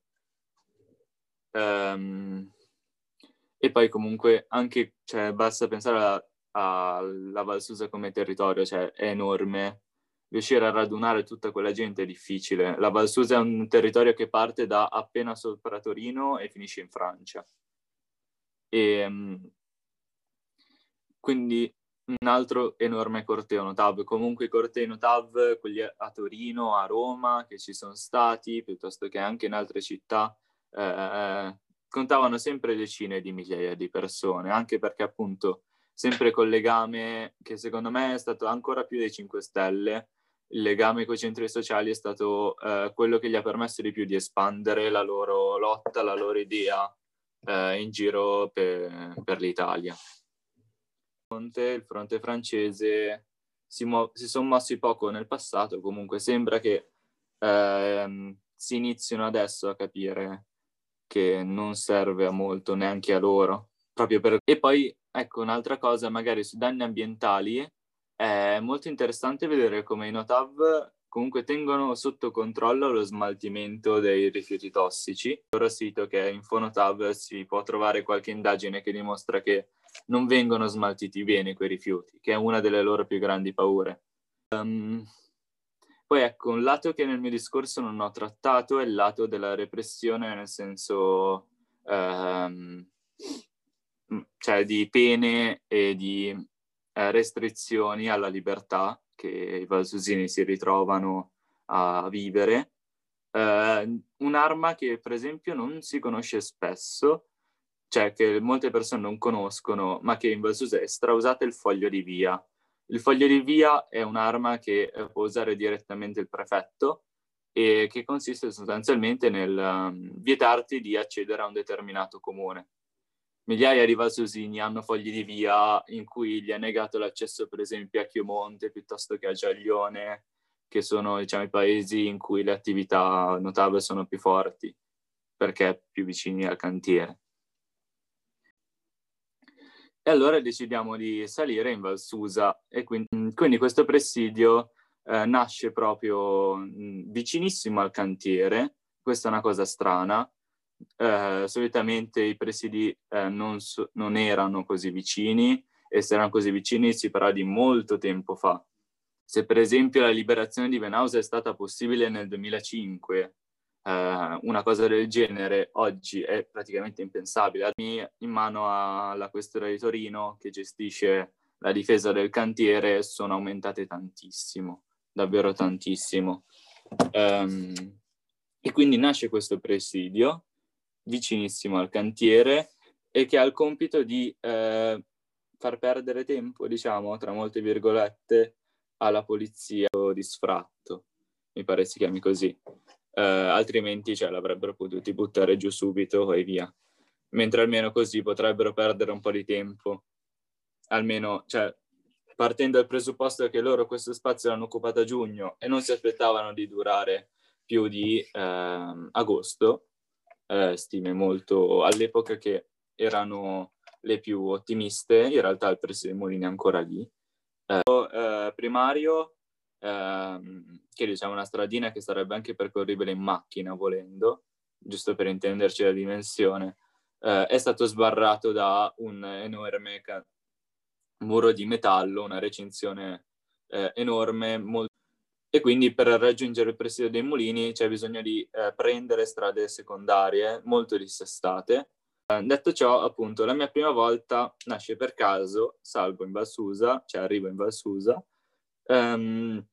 Speaker 2: Um, e poi comunque anche, cioè, basta pensare alla Val Susa come territorio, cioè è enorme. Riuscire a radunare tutta quella gente è difficile. La Val Susa è un territorio che parte da appena sopra Torino e finisce in Francia. E um, quindi un altro enorme corteo Notav. Comunque i cortei Notav, quelli a Torino, a Roma, che ci sono stati, piuttosto che anche in altre città, eh, contavano sempre decine di migliaia di persone, anche perché appunto sempre col legame, che secondo me è stato ancora più dei cinque Stelle, il legame con i centri sociali è stato eh, quello che gli ha permesso di più di espandere la loro lotta, la loro idea eh, in giro per, per l'Italia. Il fronte francese si, mu- si sono mossi poco nel passato, comunque sembra che ehm, si inizino adesso a capire che non serve a molto neanche a loro. Proprio per... E poi, ecco, un'altra cosa, magari sui danni ambientali, è molto interessante vedere come i Notav comunque tengono sotto controllo lo smaltimento dei rifiuti tossici. Sul loro sito, che è Infonotav, si può trovare qualche indagine che dimostra che non vengono smaltiti bene quei rifiuti, che è una delle loro più grandi paure. Um, poi ecco, un lato che nel mio discorso non ho trattato è il lato della repressione, nel senso um, cioè di pene e di eh, restrizioni alla libertà che i valsusini si ritrovano a vivere. Eh, un'arma che per esempio non si conosce spesso, cioè che molte persone non conoscono, ma che in Val Susa è strausata, è il foglio di via. Il foglio di via è un'arma che eh, può usare direttamente il prefetto e che consiste sostanzialmente nel um, vietarti di accedere a un determinato comune. Migliaia di valsusini hanno fogli di via in cui gli è negato l'accesso per esempio a Chiomonte piuttosto che a Giaglione, che sono, diciamo, i paesi in cui le attività notabili sono più forti, perché più vicini al cantiere. E allora decidiamo di salire in Val Susa e quindi, quindi questo presidio eh, nasce proprio mh, vicinissimo al cantiere. Questa è una cosa strana. Eh, solitamente i presidi eh, non, so, non erano così vicini, e se erano così vicini si parla di molto tempo fa. Se per esempio la liberazione di Venausa è stata possibile nel duemilacinque, eh, una cosa del genere oggi è praticamente impensabile. In mano alla questura di Torino, che gestisce la difesa del cantiere, sono aumentate tantissimo, davvero tantissimo. Um, e quindi nasce questo presidio vicinissimo al cantiere e che ha il compito di eh, far perdere tempo, diciamo, tra molte virgolette, alla polizia di sfratto, mi pare si chiami così. Uh, altrimenti cioè, l'avrebbero potuti buttare giù subito e via. Mentre almeno così potrebbero perdere un po' di tempo. Almeno, cioè, partendo dal presupposto che loro questo spazio l'hanno occupato a giugno e non si aspettavano di durare più di eh, agosto, eh, stime molto all'epoca che erano le più ottimiste, in realtà il presidio Molini è ancora lì. Eh, eh, primario, eh, che diciamo una stradina che sarebbe anche percorribile in macchina volendo, giusto per intenderci la dimensione, eh, è stato sbarrato da un enorme ca- muro di metallo, una recinzione eh, enorme, molto... e quindi per raggiungere il presidio dei mulini c'è bisogno di eh, prendere strade secondarie molto dissestate. Eh, detto ciò, appunto, la mia prima volta nasce per caso, salgo in Val Susa, cioè arrivo in Val Susa. Um,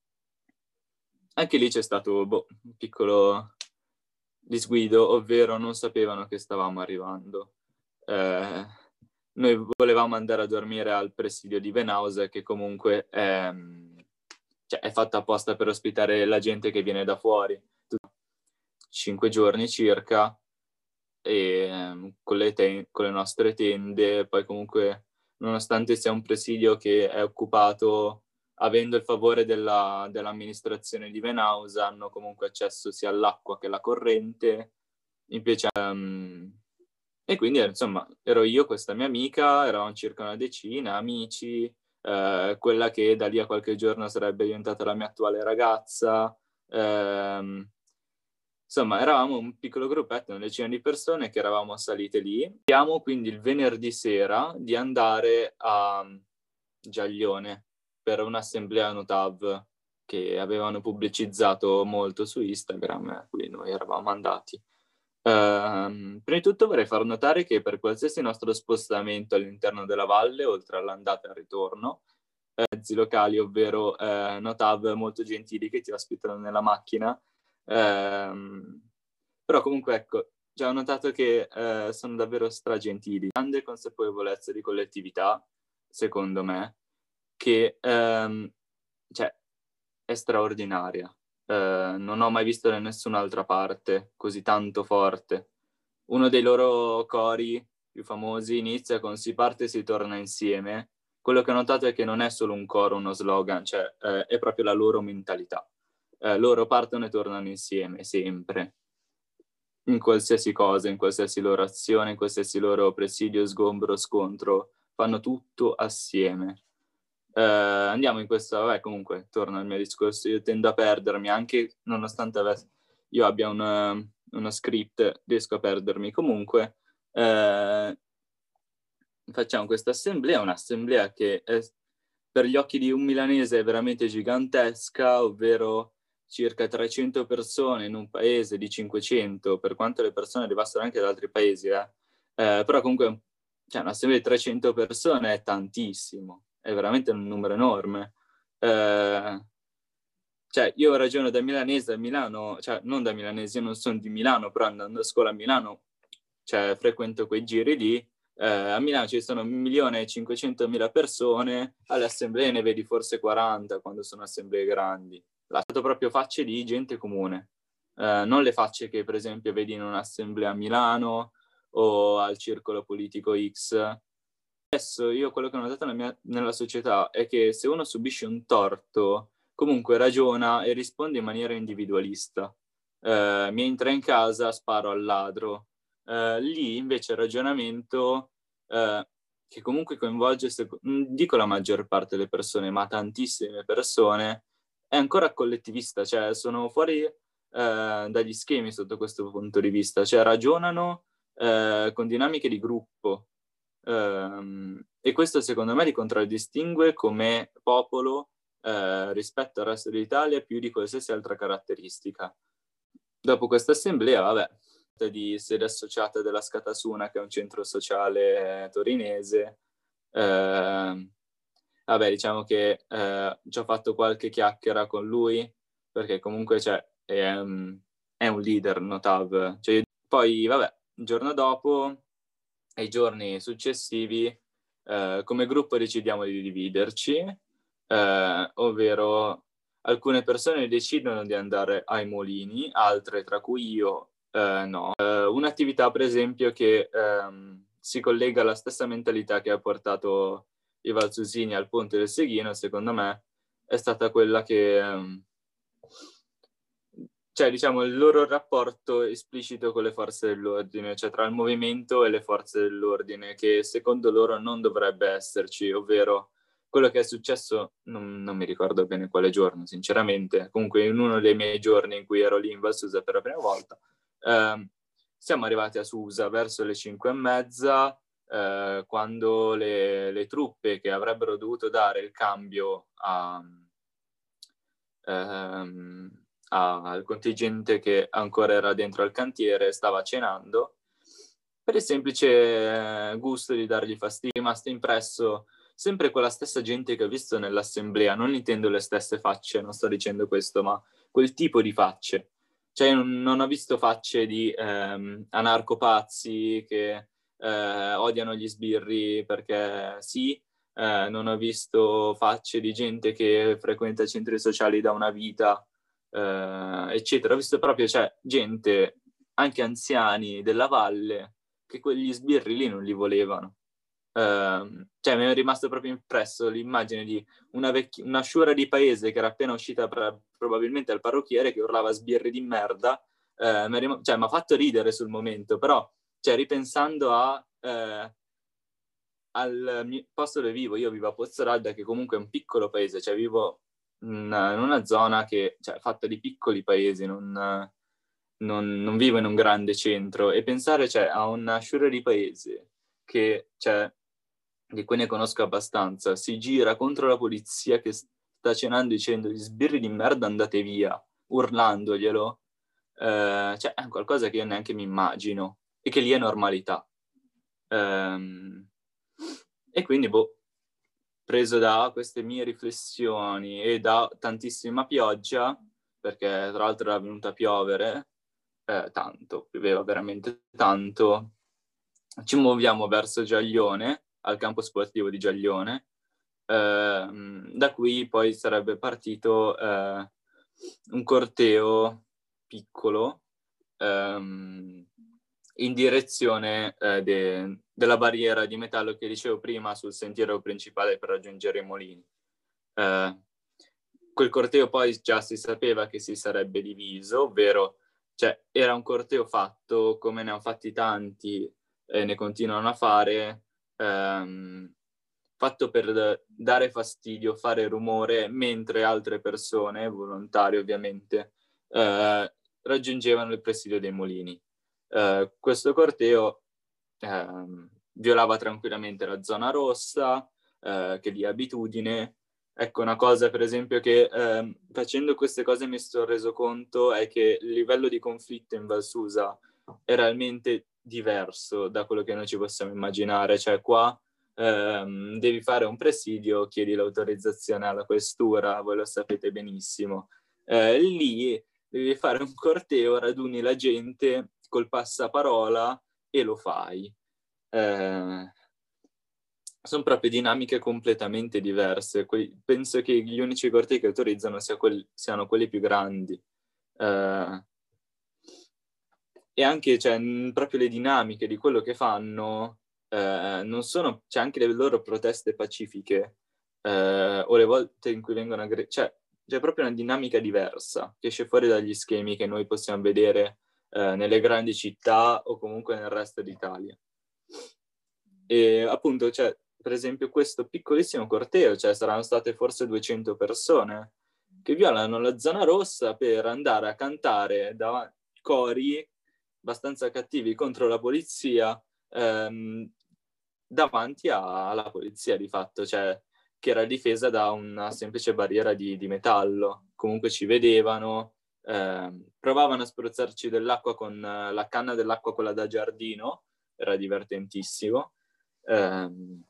Speaker 2: anche lì c'è stato boh, un piccolo disguido, ovvero non sapevano che stavamo arrivando. Eh, noi volevamo andare a dormire al presidio di Venausa, che comunque è, cioè, è fatta apposta per ospitare la gente che viene da fuori. Cinque giorni circa, e con le, ten- con le nostre tende, poi comunque nonostante sia un presidio che è occupato avendo il favore della, dell'amministrazione di Venausa, hanno comunque accesso sia all'acqua che alla corrente. Invece, um, e quindi insomma ero io, questa mia amica, eravamo circa una decina, amici, eh, quella che da lì a qualche giorno sarebbe diventata la mia attuale ragazza. Ehm, insomma, eravamo un piccolo gruppetto, una decina di persone che eravamo salite lì. Abbiamo quindi il venerdì sera di andare a Giaglione per un'assemblea Notav che avevano pubblicizzato molto su Instagram, a cui noi eravamo andati. Uh, prima di tutto vorrei far notare che per qualsiasi nostro spostamento all'interno della valle, oltre all'andata e al ritorno, eh, mezzi locali, ovvero eh, Notav molto gentili che ti ospitano nella macchina, uh, però comunque ecco, già ho notato che uh, sono davvero stragentili, grande consapevolezza di collettività, secondo me, che um, cioè, è straordinaria. Uh, non ho mai visto da nessun'altra parte così tanto forte. Uno dei loro cori più famosi inizia con "si parte e si torna insieme". Quello che ho notato è che non è solo un coro, uno slogan, cioè uh, è proprio la loro mentalità. Uh, loro partono e tornano insieme, sempre. In qualsiasi cosa, in qualsiasi loro azione, in qualsiasi loro presidio, sgombro, scontro, fanno tutto assieme. Uh, andiamo in questa, vabbè, comunque torno al mio discorso, io tendo a perdermi anche nonostante avessi, io abbia una, uno script, riesco a perdermi comunque. Uh, facciamo questa assemblea, un'assemblea che è, per gli occhi di un milanese è veramente gigantesca, ovvero circa trecento persone in un paese di cinquecento, per quanto le persone arrivassero anche da altri paesi, eh. Uh, però comunque cioè, un'assemblea di trecento persone è tantissimo, è veramente un numero enorme. eh, cioè io ragiono da milanese a Milano, cioè non da milanese, io non sono di Milano, però andando a scuola a Milano, cioè frequento quei giri lì. Eh, a Milano ci sono un milione e cinquecentomila persone, alle assemblee ne vedi forse quaranta quando sono assemblee grandi. Lasciato proprio facce di gente comune, eh, non le facce che per esempio vedi in un'assemblea a Milano o al circolo politico X. Adesso io quello che ho notato nella, mia, nella società è che se uno subisce un torto, comunque ragiona e risponde in maniera individualista. Eh, mi entra in casa, sparo al ladro. Uh, lì invece il ragionamento uh, che comunque coinvolge, non dico la maggior parte delle persone, ma tantissime persone, è ancora collettivista, cioè sono fuori uh, dagli schemi sotto questo punto di vista, cioè ragionano uh, con dinamiche di gruppo uh, e questo secondo me li contraddistingue come popolo uh, rispetto al resto d'Italia più di qualsiasi altra caratteristica. Dopo questa assemblea, vabbè, di sede associata della Scatasuna, che è un centro sociale torinese. Eh, vabbè, diciamo che eh, ci ho fatto qualche chiacchiera con lui, perché comunque cioè, è, um, è un leader notav. Cioè, poi, vabbè, il giorno dopo e i giorni successivi, eh, come gruppo decidiamo di dividerci, eh, ovvero alcune persone decidono di andare ai mulini, altre, tra cui io, Uh, no, uh, un'attività per esempio che um, si collega alla stessa mentalità che ha portato i Valsusini al Ponte del Seghino, secondo me, è stata quella che, um, cioè diciamo il loro rapporto esplicito con le forze dell'ordine, cioè tra il movimento e le forze dell'ordine, che secondo loro non dovrebbe esserci, ovvero quello che è successo, non, non mi ricordo bene quale giorno, sinceramente, comunque in uno dei miei giorni in cui ero lì in Val Susa per la prima volta, Uh, siamo arrivati a Susa verso le cinque e mezza, uh, quando le, le truppe che avrebbero dovuto dare il cambio a, um, a, al contingente che ancora era dentro al cantiere stava cenando, per il semplice gusto di dargli fastidio. È rimasto impresso sempre quella stessa gente che ho visto nell'assemblea, non intendo le stesse facce, non sto dicendo questo, ma quel tipo di facce. Cioè non ho visto facce di ehm, anarcopazzi che eh, odiano gli sbirri perché sì, eh, non ho visto facce di gente che frequenta centri sociali da una vita, eh, eccetera. Ho visto proprio cioè, gente, anche anziani della valle, che quegli sbirri lì non li volevano. Uh, cioè mi è rimasto proprio impresso l'immagine di una, vecchi- una sciura di paese che era appena uscita pra- probabilmente al parrucchiere che urlava sbirri di merda. Uh, mi rim- cioè, ha fatto ridere sul momento, però cioè, ripensando a, uh, al mio posto dove vivo, io vivo a Pozzolada, che comunque è un piccolo paese, cioè vivo in una, in una zona che cioè, è fatta di piccoli paesi, non, non, non vivo in un grande centro, e pensare cioè, a una sciura di paese che cioè, di cui ne conosco abbastanza, si gira contro la polizia che sta cenando dicendo gli sbirri di merda andate via, urlandoglielo, eh, cioè è qualcosa che io neanche mi immagino e che lì è normalità. Ehm, e quindi, boh, preso da queste mie riflessioni e da tantissima pioggia, perché tra l'altro era venuta a piovere, eh, tanto, pioveva veramente tanto, ci muoviamo verso Giaglione, al campo sportivo di Giaglione, eh, da cui poi sarebbe partito eh, un corteo piccolo ehm, in direzione eh, de- della barriera di metallo che dicevo prima sul sentiero principale per raggiungere i mulini. Eh, quel corteo poi già si sapeva che si sarebbe diviso, ovvero cioè, era un corteo fatto come ne hanno fatti tanti e ne continuano a fare, ehm, fatto per dare fastidio, fare rumore, mentre altre persone, volontari ovviamente, eh, raggiungevano il presidio dei mulini. Eh, questo corteo eh, violava tranquillamente la zona rossa, eh, che di abitudine. Ecco, una cosa per esempio che eh, facendo queste cose mi sono reso conto è che il livello di conflitto in Val Susa è realmente diverso da quello che noi ci possiamo immaginare. Cioè qua ehm, devi fare un presidio, chiedi l'autorizzazione alla questura, voi lo sapete benissimo. Eh, lì devi fare un corteo, raduni la gente col passaparola e lo fai. Eh, sono proprio dinamiche completamente diverse. Que- penso che gli unici cortei che autorizzano sia quelli, siano quelli più grandi. Eh, e anche cioè, proprio le dinamiche di quello che fanno eh, non sono, c'è anche le loro proteste pacifiche eh, o le volte in cui vengono aggrediti, cioè c'è proprio una dinamica diversa che esce fuori dagli schemi che noi possiamo vedere eh, nelle grandi città o comunque nel resto d'Italia. E appunto, cioè, per esempio questo piccolissimo corteo, cioè saranno state forse duecento persone che violano la zona rossa per andare a cantare davanti cori abbastanza cattivi contro la polizia ehm, davanti a, alla polizia di fatto, cioè che era difesa da una semplice barriera di, di metallo. Comunque ci vedevano, ehm, provavano a spruzzarci dell'acqua con la canna dell'acqua, quella da giardino, era divertentissimo. Ehm,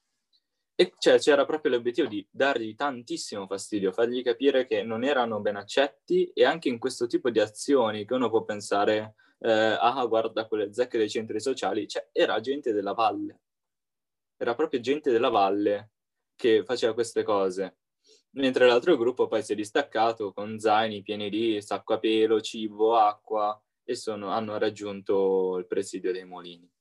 Speaker 2: e cioè, c'era proprio l'obiettivo di dargli tantissimo fastidio, fargli capire che non erano ben accetti, e anche in questo tipo di azioni che uno può pensare eh, ah guarda quelle zecche dei centri sociali, cioè era gente della valle, era proprio gente della valle che faceva queste cose, mentre l'altro gruppo poi si è distaccato con zaini pieni di sacco a pelo, cibo, acqua, e sono, hanno raggiunto il presidio dei mulini.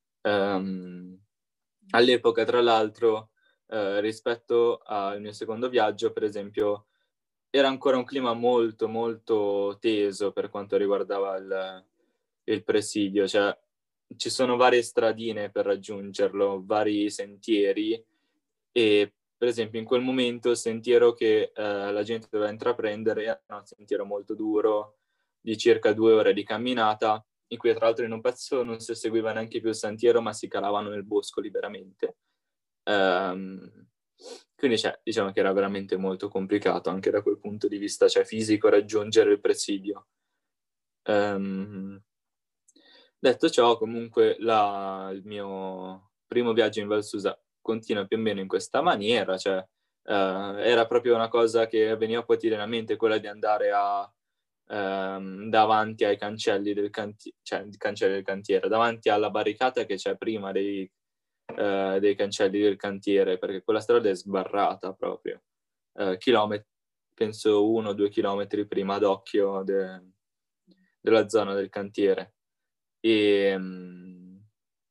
Speaker 2: Um, all'epoca, tra l'altro, eh, rispetto al mio secondo viaggio, per esempio, era ancora un clima molto, molto teso per quanto riguardava il, il presidio. Cioè, ci sono varie stradine per raggiungerlo, vari sentieri, e per esempio in quel momento il sentiero che eh, la gente doveva intraprendere era un sentiero molto duro, di circa due ore di camminata, in cui tra l'altro in un pezzo non si seguiva neanche più il sentiero, ma si calavano nel bosco liberamente. Um, quindi cioè, diciamo che era veramente molto complicato anche da quel punto di vista, cioè fisico, raggiungere il presidio. Um, detto ciò, comunque la, il mio primo viaggio in Val Susa continua più o meno in questa maniera, cioè uh, era proprio una cosa che avveniva quotidianamente, quella di andare a Um, davanti ai cancelli del cantiere, cioè cancelli del cantiere, davanti alla barricata che c'è prima dei, uh, dei cancelli del cantiere, perché quella strada è sbarrata proprio, uh, chilometri, penso uno o due chilometri prima d'occhio de, della zona del cantiere. E um,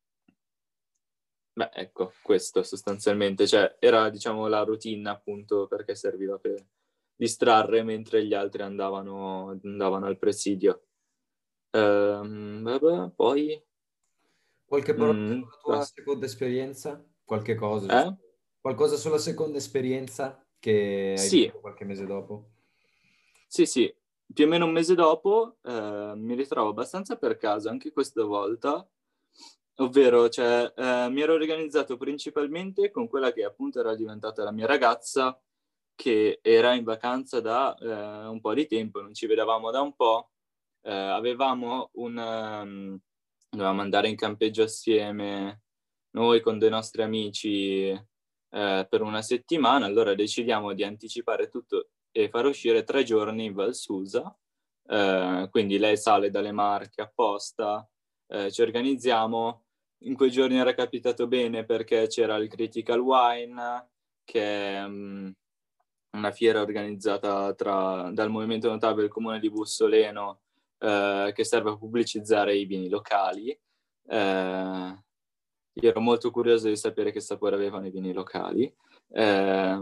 Speaker 2: beh, ecco, questo sostanzialmente, cioè era diciamo la routine appunto perché serviva per distrarre mentre gli altri andavano, andavano al presidio. Um, vabbè, poi...
Speaker 1: Qualche parola
Speaker 2: Mm,
Speaker 1: sulla tua
Speaker 2: basta.
Speaker 1: seconda esperienza? Qualche cosa, giusto?
Speaker 2: Eh?
Speaker 1: Qualcosa sulla seconda esperienza che hai
Speaker 2: Sì,
Speaker 1: vissuto qualche mese dopo?
Speaker 2: sì, sì. Più o meno un mese dopo eh, mi ritrovo abbastanza per caso anche questa volta, ovvero cioè, eh, mi ero organizzato principalmente con quella che appunto era diventata la mia ragazza, che era in vacanza da eh, un po' di tempo, non ci vedevamo da un po', eh, avevamo un... Um, dovevamo andare in campeggio assieme, noi con dei nostri amici eh, per una settimana, allora decidiamo di anticipare tutto e far uscire tre giorni in Val Susa, eh, quindi lei sale dalle Marche apposta, eh, ci organizziamo, in quei giorni era capitato bene perché c'era il Critical Wine, che è um, una fiera organizzata tra, dal Movimento Notabile del Comune di Bussoleno, eh, che serve a pubblicizzare i vini locali. Eh, io ero molto curioso di sapere che sapore avevano i vini locali. Eh,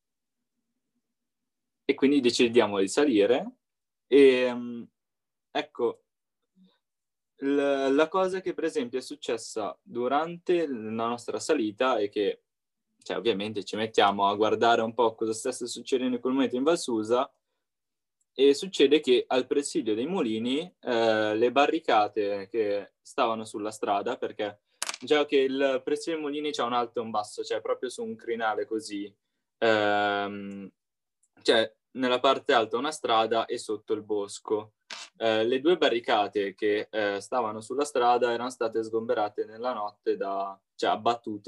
Speaker 2: e quindi decidiamo di salire e ecco, l- la cosa che per esempio è successa durante la nostra salita è che, cioè ovviamente ci mettiamo a guardare un po' cosa stesse succedendo in quel momento in Val Susa, e succede che al presidio dei mulini eh, le barricate che stavano sulla strada, perché già che il presidio dei mulini c'ha un alto e un basso, cioè proprio su un crinale così, ehm, cioè nella parte alta una strada e sotto il bosco. Eh, le due barricate che eh, stavano sulla strada erano state sgomberate nella notte, da, cioè abbattute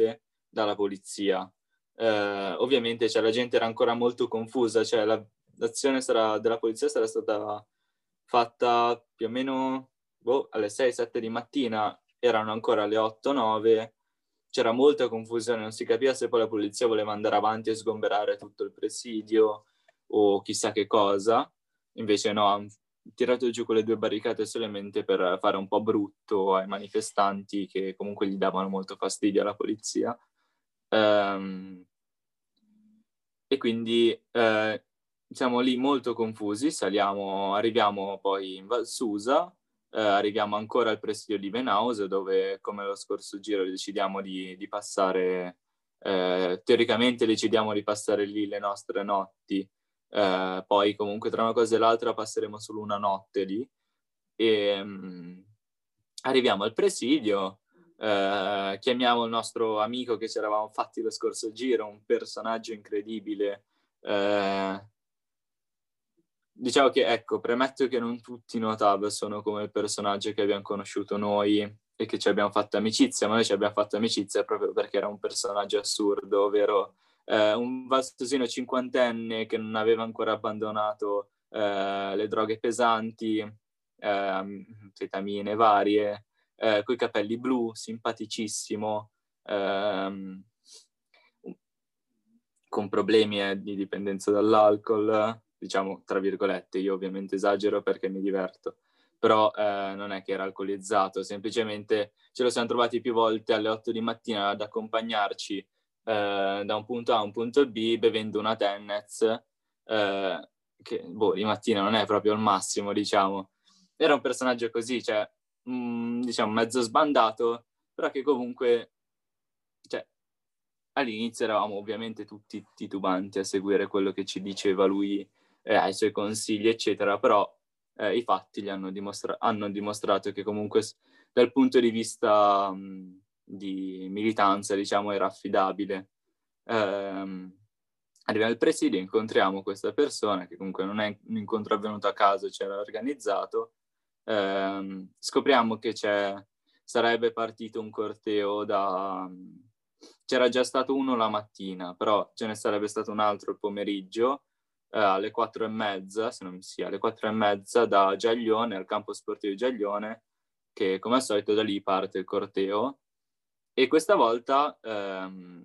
Speaker 2: dalla polizia. Eh, ovviamente cioè, la gente era ancora molto confusa, cioè la, l'azione sarà, della polizia sarà stata fatta più o meno boh, alle sei sette di mattina, erano ancora le otto nove, c'era molta confusione, non si capiva se poi la polizia voleva andare avanti e sgomberare tutto il presidio o chissà che cosa. Invece no, hanno tirato giù quelle due barricate solamente per fare un po' brutto ai manifestanti che comunque gli davano molto fastidio alla polizia. Um, e quindi eh, siamo lì molto confusi, saliamo, arriviamo poi in Val Susa, eh, arriviamo ancora al presidio di Venaus, dove come lo scorso giro decidiamo di, di passare, eh, teoricamente decidiamo di passare lì le nostre notti, eh, poi comunque tra una cosa e l'altra passeremo solo una notte lì, e um, arriviamo al presidio. Uh, chiamiamo il nostro amico che ci eravamo fatti lo scorso giro, un personaggio incredibile. Uh, diciamo che, ecco, premetto che non tutti i Notab sono come il personaggio che abbiamo conosciuto noi e che ci abbiamo fatto amicizia, ma noi ci abbiamo fatto amicizia proprio perché era un personaggio assurdo, ovvero uh, un vastosino cinquantenne che non aveva ancora abbandonato uh, le droghe pesanti, fetamine varie, Eh, coi capelli blu, simpaticissimo, ehm, con problemi eh, di dipendenza dall'alcol, diciamo tra virgolette, io ovviamente esagero perché mi diverto, però eh, non è che era alcolizzato, semplicemente ce lo siamo trovati più volte alle otto di mattina ad accompagnarci eh, da un punto A a un punto B bevendo una Tennez, eh, che boh, di mattina non è proprio il massimo, diciamo. Era un personaggio così, cioè mh, diciamo mezzo sbandato, però che comunque cioè, all'inizio eravamo ovviamente tutti titubanti a seguire quello che ci diceva lui, eh, ai suoi consigli eccetera, però eh, i fatti gli hanno, dimostra- hanno dimostrato che comunque dal punto di vista mh, di militanza diciamo era affidabile. ehm, Arriviamo al presidio, incontriamo questa persona che comunque non è un incontro avvenuto a caso, c'era organizzato. Eh, scopriamo che c'è, sarebbe partito un corteo da... C'era già stato uno la mattina, però ce ne sarebbe stato un altro il pomeriggio, eh, alle quattro e mezza, se non mi sia, alle quattro e mezza da Giaglione, al campo sportivo di Giaglione, che come al solito da lì parte il corteo. E questa volta... Ehm,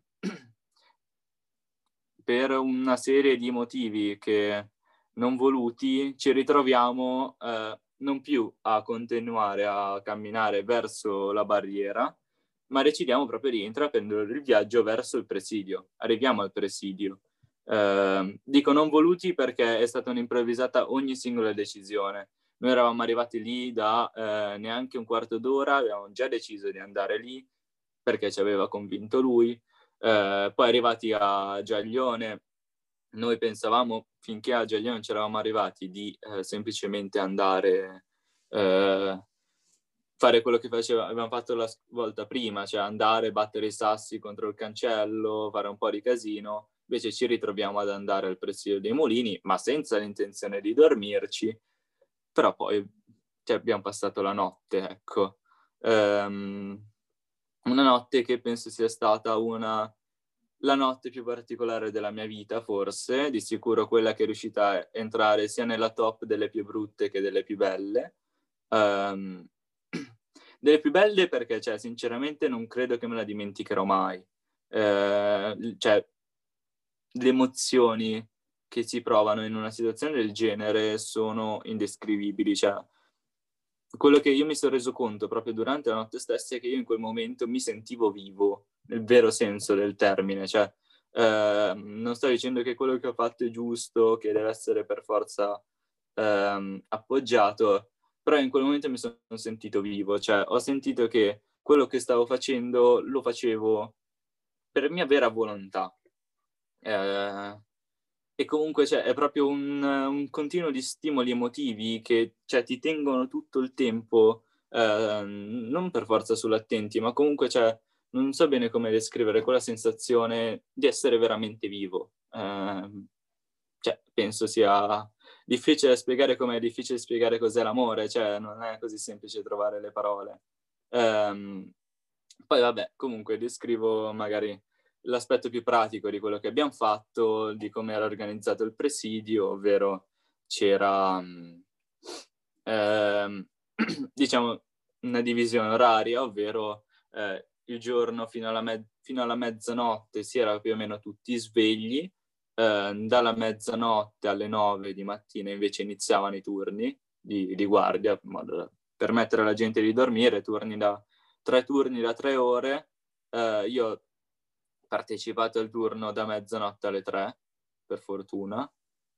Speaker 2: per una serie di motivi che non voluti ci ritroviamo eh, non più a continuare a camminare verso la barriera, ma decidiamo proprio di intraprendere il viaggio verso il presidio. Arriviamo al presidio. Eh, dico non voluti perché è stata un'improvvisata ogni singola decisione. Noi eravamo arrivati lì da eh, neanche un quarto d'ora, avevamo già deciso di andare lì perché ci aveva convinto lui. Eh, poi arrivati a Giaglione, noi pensavamo, finché a Giaglione non ci eravamo arrivati, di eh, semplicemente andare, eh, fare quello che faceva, abbiamo fatto la volta prima, cioè andare, battere i sassi contro il cancello, fare un po' di casino. Invece ci ritroviamo ad andare al Presidio dei Mulini, ma senza l'intenzione di dormirci. Però poi cioè, abbiamo passato la notte, ecco. Um, una notte che penso sia stata una la notte più particolare della mia vita, forse, di sicuro quella che è riuscita a entrare sia nella top delle più brutte che delle più belle. Um, delle più belle perché, cioè, sinceramente non credo che me la dimenticherò mai. Eh, cioè, le emozioni che si provano in una situazione del genere sono indescrivibili, cioè quello che io mi sono reso conto proprio durante la notte stessa è che io in quel momento mi sentivo vivo, nel vero senso del termine, cioè eh, non sto dicendo che quello che ho fatto è giusto, che deve essere per forza eh, appoggiato, però in quel momento mi sono sentito vivo, cioè ho sentito che quello che stavo facendo lo facevo per mia vera volontà. Eh, e comunque cioè, è proprio un, un continuo di stimoli emotivi che cioè, ti tengono tutto il tempo, eh, non per forza sull'attenti, ma comunque cioè, non so bene come descrivere quella sensazione di essere veramente vivo. Eh, cioè, penso sia difficile da spiegare come è difficile spiegare cos'è l'amore, cioè non è così semplice trovare le parole. Eh, poi vabbè, comunque descrivo magari l'aspetto più pratico di quello che abbiamo fatto, di come era organizzato il presidio, ovvero c'era, ehm, diciamo, una divisione oraria, ovvero eh, il giorno fino alla, me- fino alla mezzanotte si era più o meno tutti svegli, eh, dalla mezzanotte alle nove di mattina invece iniziavano i turni di, di guardia, in modo da permettere alla gente di dormire, turni da, tre turni da tre ore. Eh, io ho partecipato al turno da mezzanotte alle tre, per fortuna,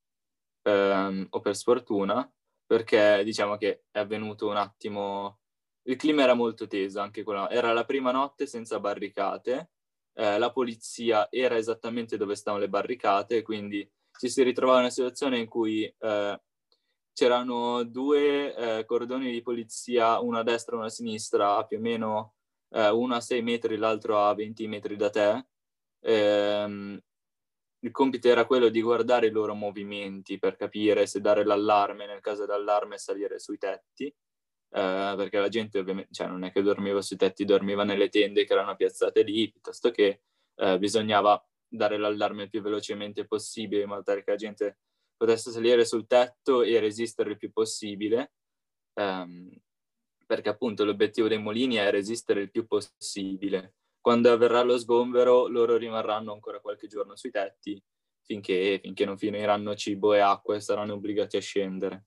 Speaker 2: ehm, o per sfortuna, perché diciamo che è avvenuto un attimo, il clima era molto teso anche quella, era la prima notte senza barricate, eh, la polizia era esattamente dove stavano le barricate, quindi ci si ritrovava in una situazione in cui eh, c'erano due eh, cordoni di polizia, uno a destra e uno a sinistra, più o meno eh, uno a sei metri, l'altro a venti metri da te. Ehm, il compito era quello di guardare i loro movimenti per capire se dare l'allarme, nel caso d'allarme salire sui tetti, eh, perché la gente ovviamente, cioè non è che dormiva sui tetti, dormiva nelle tende che erano piazzate lì, piuttosto che eh, bisognava dare l'allarme il più velocemente possibile in modo tale che la gente potesse salire sul tetto e resistere il più possibile, ehm, perché appunto l'obiettivo dei mulini è resistere il più possibile. Quando avverrà lo sgombero, loro rimarranno ancora qualche giorno sui tetti finché, finché non finiranno cibo e acqua e saranno obbligati a scendere.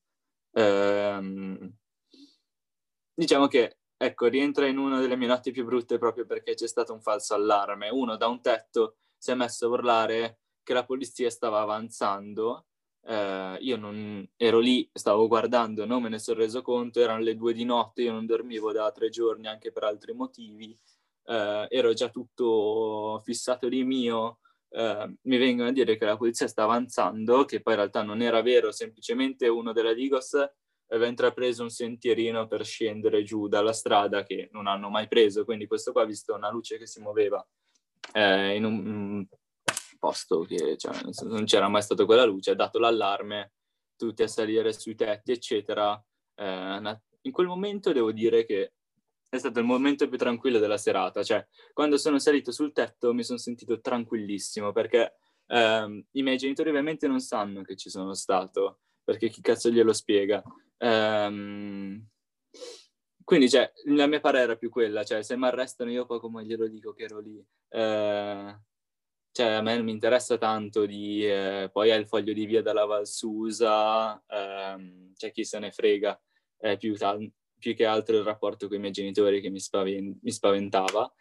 Speaker 2: Ehm, diciamo che, ecco, rientra in una delle mie notti più brutte proprio perché c'è stato un falso allarme. Uno da un tetto si è messo a urlare che la polizia stava avanzando. Eh, io non ero lì, stavo guardando, non me ne sono reso conto, erano le due di notte, io non dormivo da tre giorni anche per altri motivi, eh, ero già tutto fissato di mio, eh, mi vengono a dire che la polizia sta avanzando, che poi in realtà non era vero, semplicemente uno della Digos aveva intrapreso un sentierino per scendere giù dalla strada che non hanno mai preso, quindi questo qua ha visto una luce che si muoveva eh, in un, un posto che cioè, non c'era mai stata quella luce, ha dato l'allarme, tutti a salire sui tetti, eccetera. Eh, in quel momento devo dire che è stato il momento più tranquillo della serata, cioè quando sono salito sul tetto mi sono sentito tranquillissimo perché ehm, i miei genitori ovviamente non sanno che ci sono stato, perché chi cazzo glielo spiega. Ehm, quindi cioè, la mia parere era più quella, cioè se mi arrestano io poi come glielo dico che ero lì. Eh, cioè a me non mi interessa tanto di eh, poi hai il foglio di via dalla Valsusa, ehm, c'è chi se ne frega, è più, tal- più che altro il rapporto con i miei genitori che mi, spaven- mi spaventava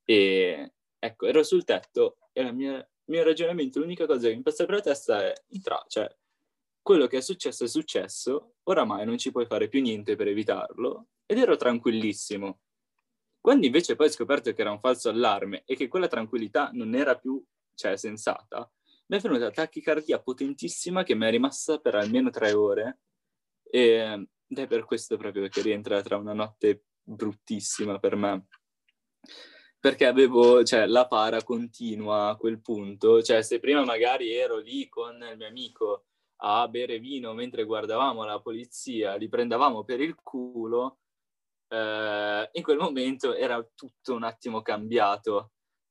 Speaker 2: e ecco, ero sul tetto e il mio, mio ragionamento, l'unica cosa che mi passa per la testa è tra, cioè quello che è successo è successo, oramai non ci puoi fare più niente per evitarlo ed ero tranquillissimo. Quando invece poi ho scoperto che era un falso allarme e che quella tranquillità non era più, cioè, sensata, mi è venuta tachicardia potentissima che mi è rimasta per almeno tre ore e, ed è per questo proprio che rientra tra una notte bruttissima per me. Perché avevo, cioè, la para continua a quel punto, cioè se prima magari ero lì con il mio amico a bere vino mentre guardavamo la polizia, li prendavamo per il culo, eh, in quel momento era tutto un attimo cambiato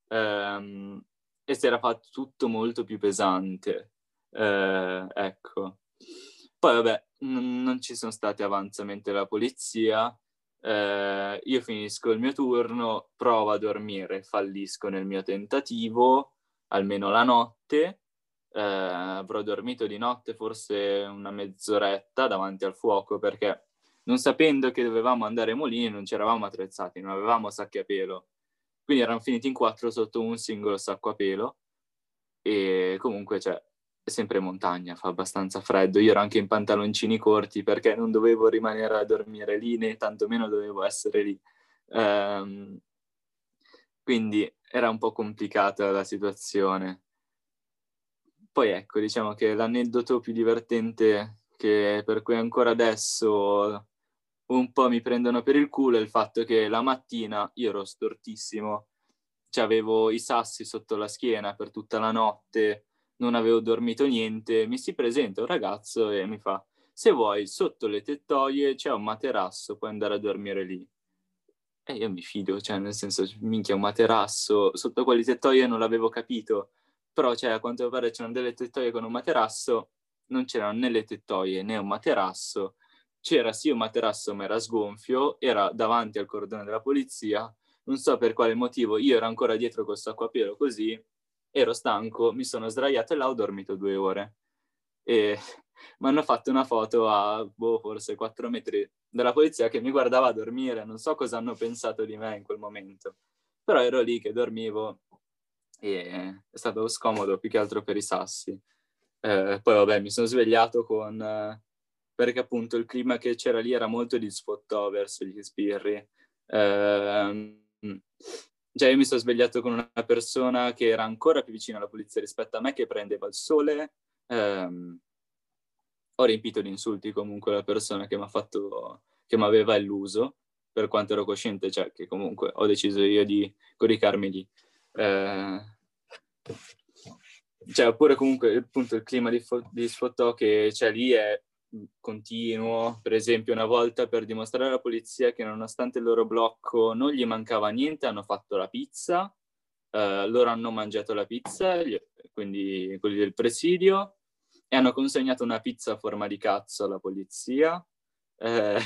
Speaker 2: ehm, e si era fatto tutto molto più pesante. Eh, ecco. Poi vabbè, n- non ci sono stati avanzamenti della polizia, eh, io finisco il mio turno, provo a dormire, fallisco nel mio tentativo, almeno la notte, eh, avrò dormito di notte forse una mezz'oretta davanti al fuoco perché non sapendo che dovevamo andare ai mulini non ci eravamo attrezzati, non avevamo sacchi a pelo, quindi erano finiti in quattro sotto un singolo sacco a pelo e comunque cioè, è sempre in montagna, fa abbastanza freddo, io ero anche in pantaloncini corti perché non dovevo rimanere a dormire lì né tantomeno dovevo essere lì. Um, quindi era un po' complicata la situazione. Poi ecco, diciamo che l'aneddoto più divertente che per cui ancora adesso un po' mi prendono per il culo è il fatto che la mattina io ero stortissimo, cioè avevo i sassi sotto la schiena per tutta la notte, non avevo dormito niente, mi si presenta un ragazzo e mi fa se vuoi sotto le tettoie c'è un materasso, puoi andare a dormire lì. E io mi fido, cioè nel senso, minchia, un materasso, sotto quali tettoie non l'avevo capito, però cioè a quanto pare c'erano delle tettoie con un materasso, non c'erano né le tettoie né un materasso, c'era sì un materasso ma era sgonfio, era davanti al cordone della polizia, non so per quale motivo, io ero ancora dietro col sacco a pelo così, ero stanco, mi sono sdraiato e là ho dormito due ore. E mi hanno fatto una foto a, boh, forse quattro metri dalla polizia che mi guardava a dormire, non so cosa hanno pensato di me in quel momento, però ero lì che dormivo e è stato scomodo più che altro per i sassi. Eh, poi vabbè, mi sono svegliato con... Eh, perché appunto il clima che c'era lì era molto di sfottò verso gli sbirri. Eh, cioè io mi sono svegliato con una persona che era ancora più vicina alla polizia rispetto a me, che prendeva il sole. Ehm, ho riempito di insulti comunque la persona che mi ha fatto, che mi aveva illuso, per quanto ero cosciente, cioè che comunque ho deciso io di coricarmi lì. Eh, cioè, oppure comunque appunto il clima di, fo- di sfottò che c'è lì è continuo. Per esempio, una volta per dimostrare alla polizia che nonostante il loro blocco non gli mancava niente, hanno fatto la pizza, eh, loro hanno mangiato la pizza, gli- quindi quelli del presidio, e hanno consegnato una pizza a forma di cazzo alla polizia. Eh,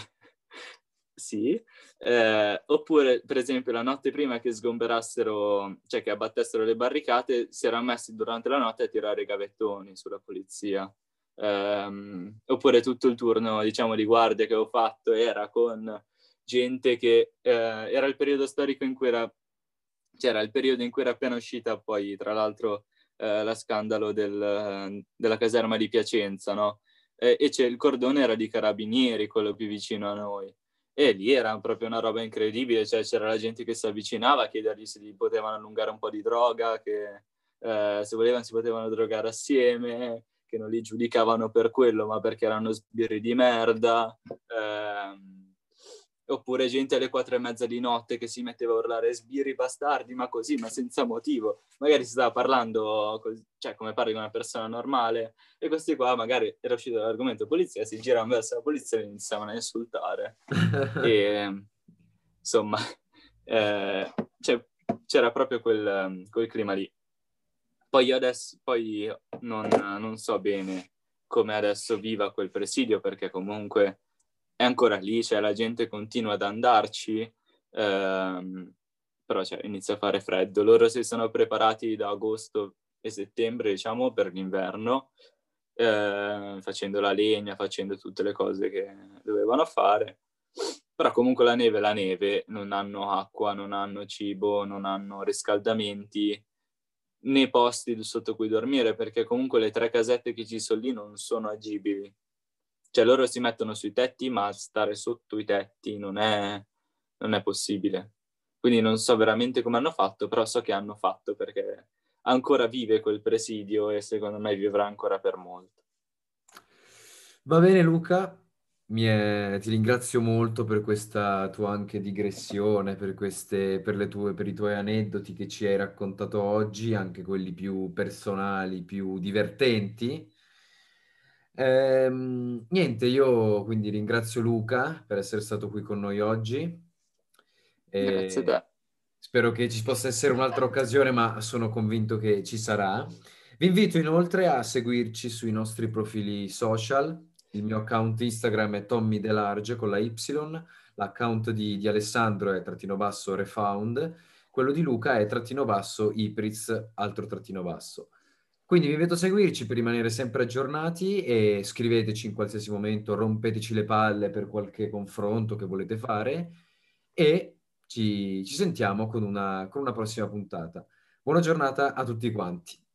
Speaker 2: sì. Eh, oppure, per esempio, la notte prima che sgomberassero, cioè che abbattessero le barricate, si erano messi durante la notte a tirare i gavettoni sulla polizia. Um, oppure tutto il turno, diciamo, di guardia che ho fatto era con gente che eh, era il periodo storico in cui era c'era il periodo in cui era appena uscita poi tra l'altro eh, la scandalo del, della caserma di Piacenza, no? E, e c'è, il cordone era di carabinieri, quello più vicino a noi, e lì era proprio una roba incredibile, cioè c'era la gente che si avvicinava a chiedergli se gli potevano allungare un po' di droga, che eh, se volevano si potevano drogare assieme, che non li giudicavano per quello, ma perché erano sbirri di merda. Ehm, oppure gente alle quattro e mezza di notte che si metteva a urlare sbirri bastardi, ma così, ma senza motivo. Magari si stava parlando, così, cioè come parli con una persona normale, e questi qua magari era uscito l'argomento polizia, si giravano verso la polizia e iniziavano a insultare. E insomma, eh, cioè, c'era proprio quel, quel clima lì. Poi io adesso poi non, non so bene come adesso viva quel presidio, perché comunque è ancora lì, cioè la gente continua ad andarci, ehm, però cioè, inizia a fare freddo. Loro si sono preparati da agosto e settembre, diciamo, per l'inverno, eh, facendo la legna, facendo tutte le cose che dovevano fare. Però comunque la neve è la neve, non hanno acqua, non hanno cibo, non hanno riscaldamenti, né posti sotto cui dormire, perché comunque le tre casette che ci sono lì non sono agibili. Cioè loro si mettono sui tetti, ma stare sotto i tetti non è, non è possibile. Quindi non so veramente come hanno fatto, però so che hanno fatto, perché ancora vive quel presidio e secondo me vivrà ancora per molto.
Speaker 1: Va bene Luca, mi è- ti ringrazio molto per questa tua anche digressione, per queste, per le tue, per i tuoi aneddoti che ci hai raccontato oggi, anche quelli più personali, più divertenti. Ehm, niente, io quindi ringrazio Luca per essere stato qui con noi oggi.
Speaker 2: Grazie a
Speaker 1: E
Speaker 2: te.
Speaker 1: spero che ci possa essere un'altra occasione, ma sono convinto che ci sarà. Vi invito inoltre a seguirci sui nostri profili social. Il mio account Instagram è Tommy Delarge con la Y, l'account di, di Alessandro è trattino basso refound, quello di Luca è trattino basso Ipriz, altro trattino basso. Quindi vi invito a seguirci per rimanere sempre aggiornati e scriveteci in qualsiasi momento, rompeteci le palle per qualche confronto che volete fare e ci, ci sentiamo con una, con una prossima puntata. Buona giornata a tutti quanti.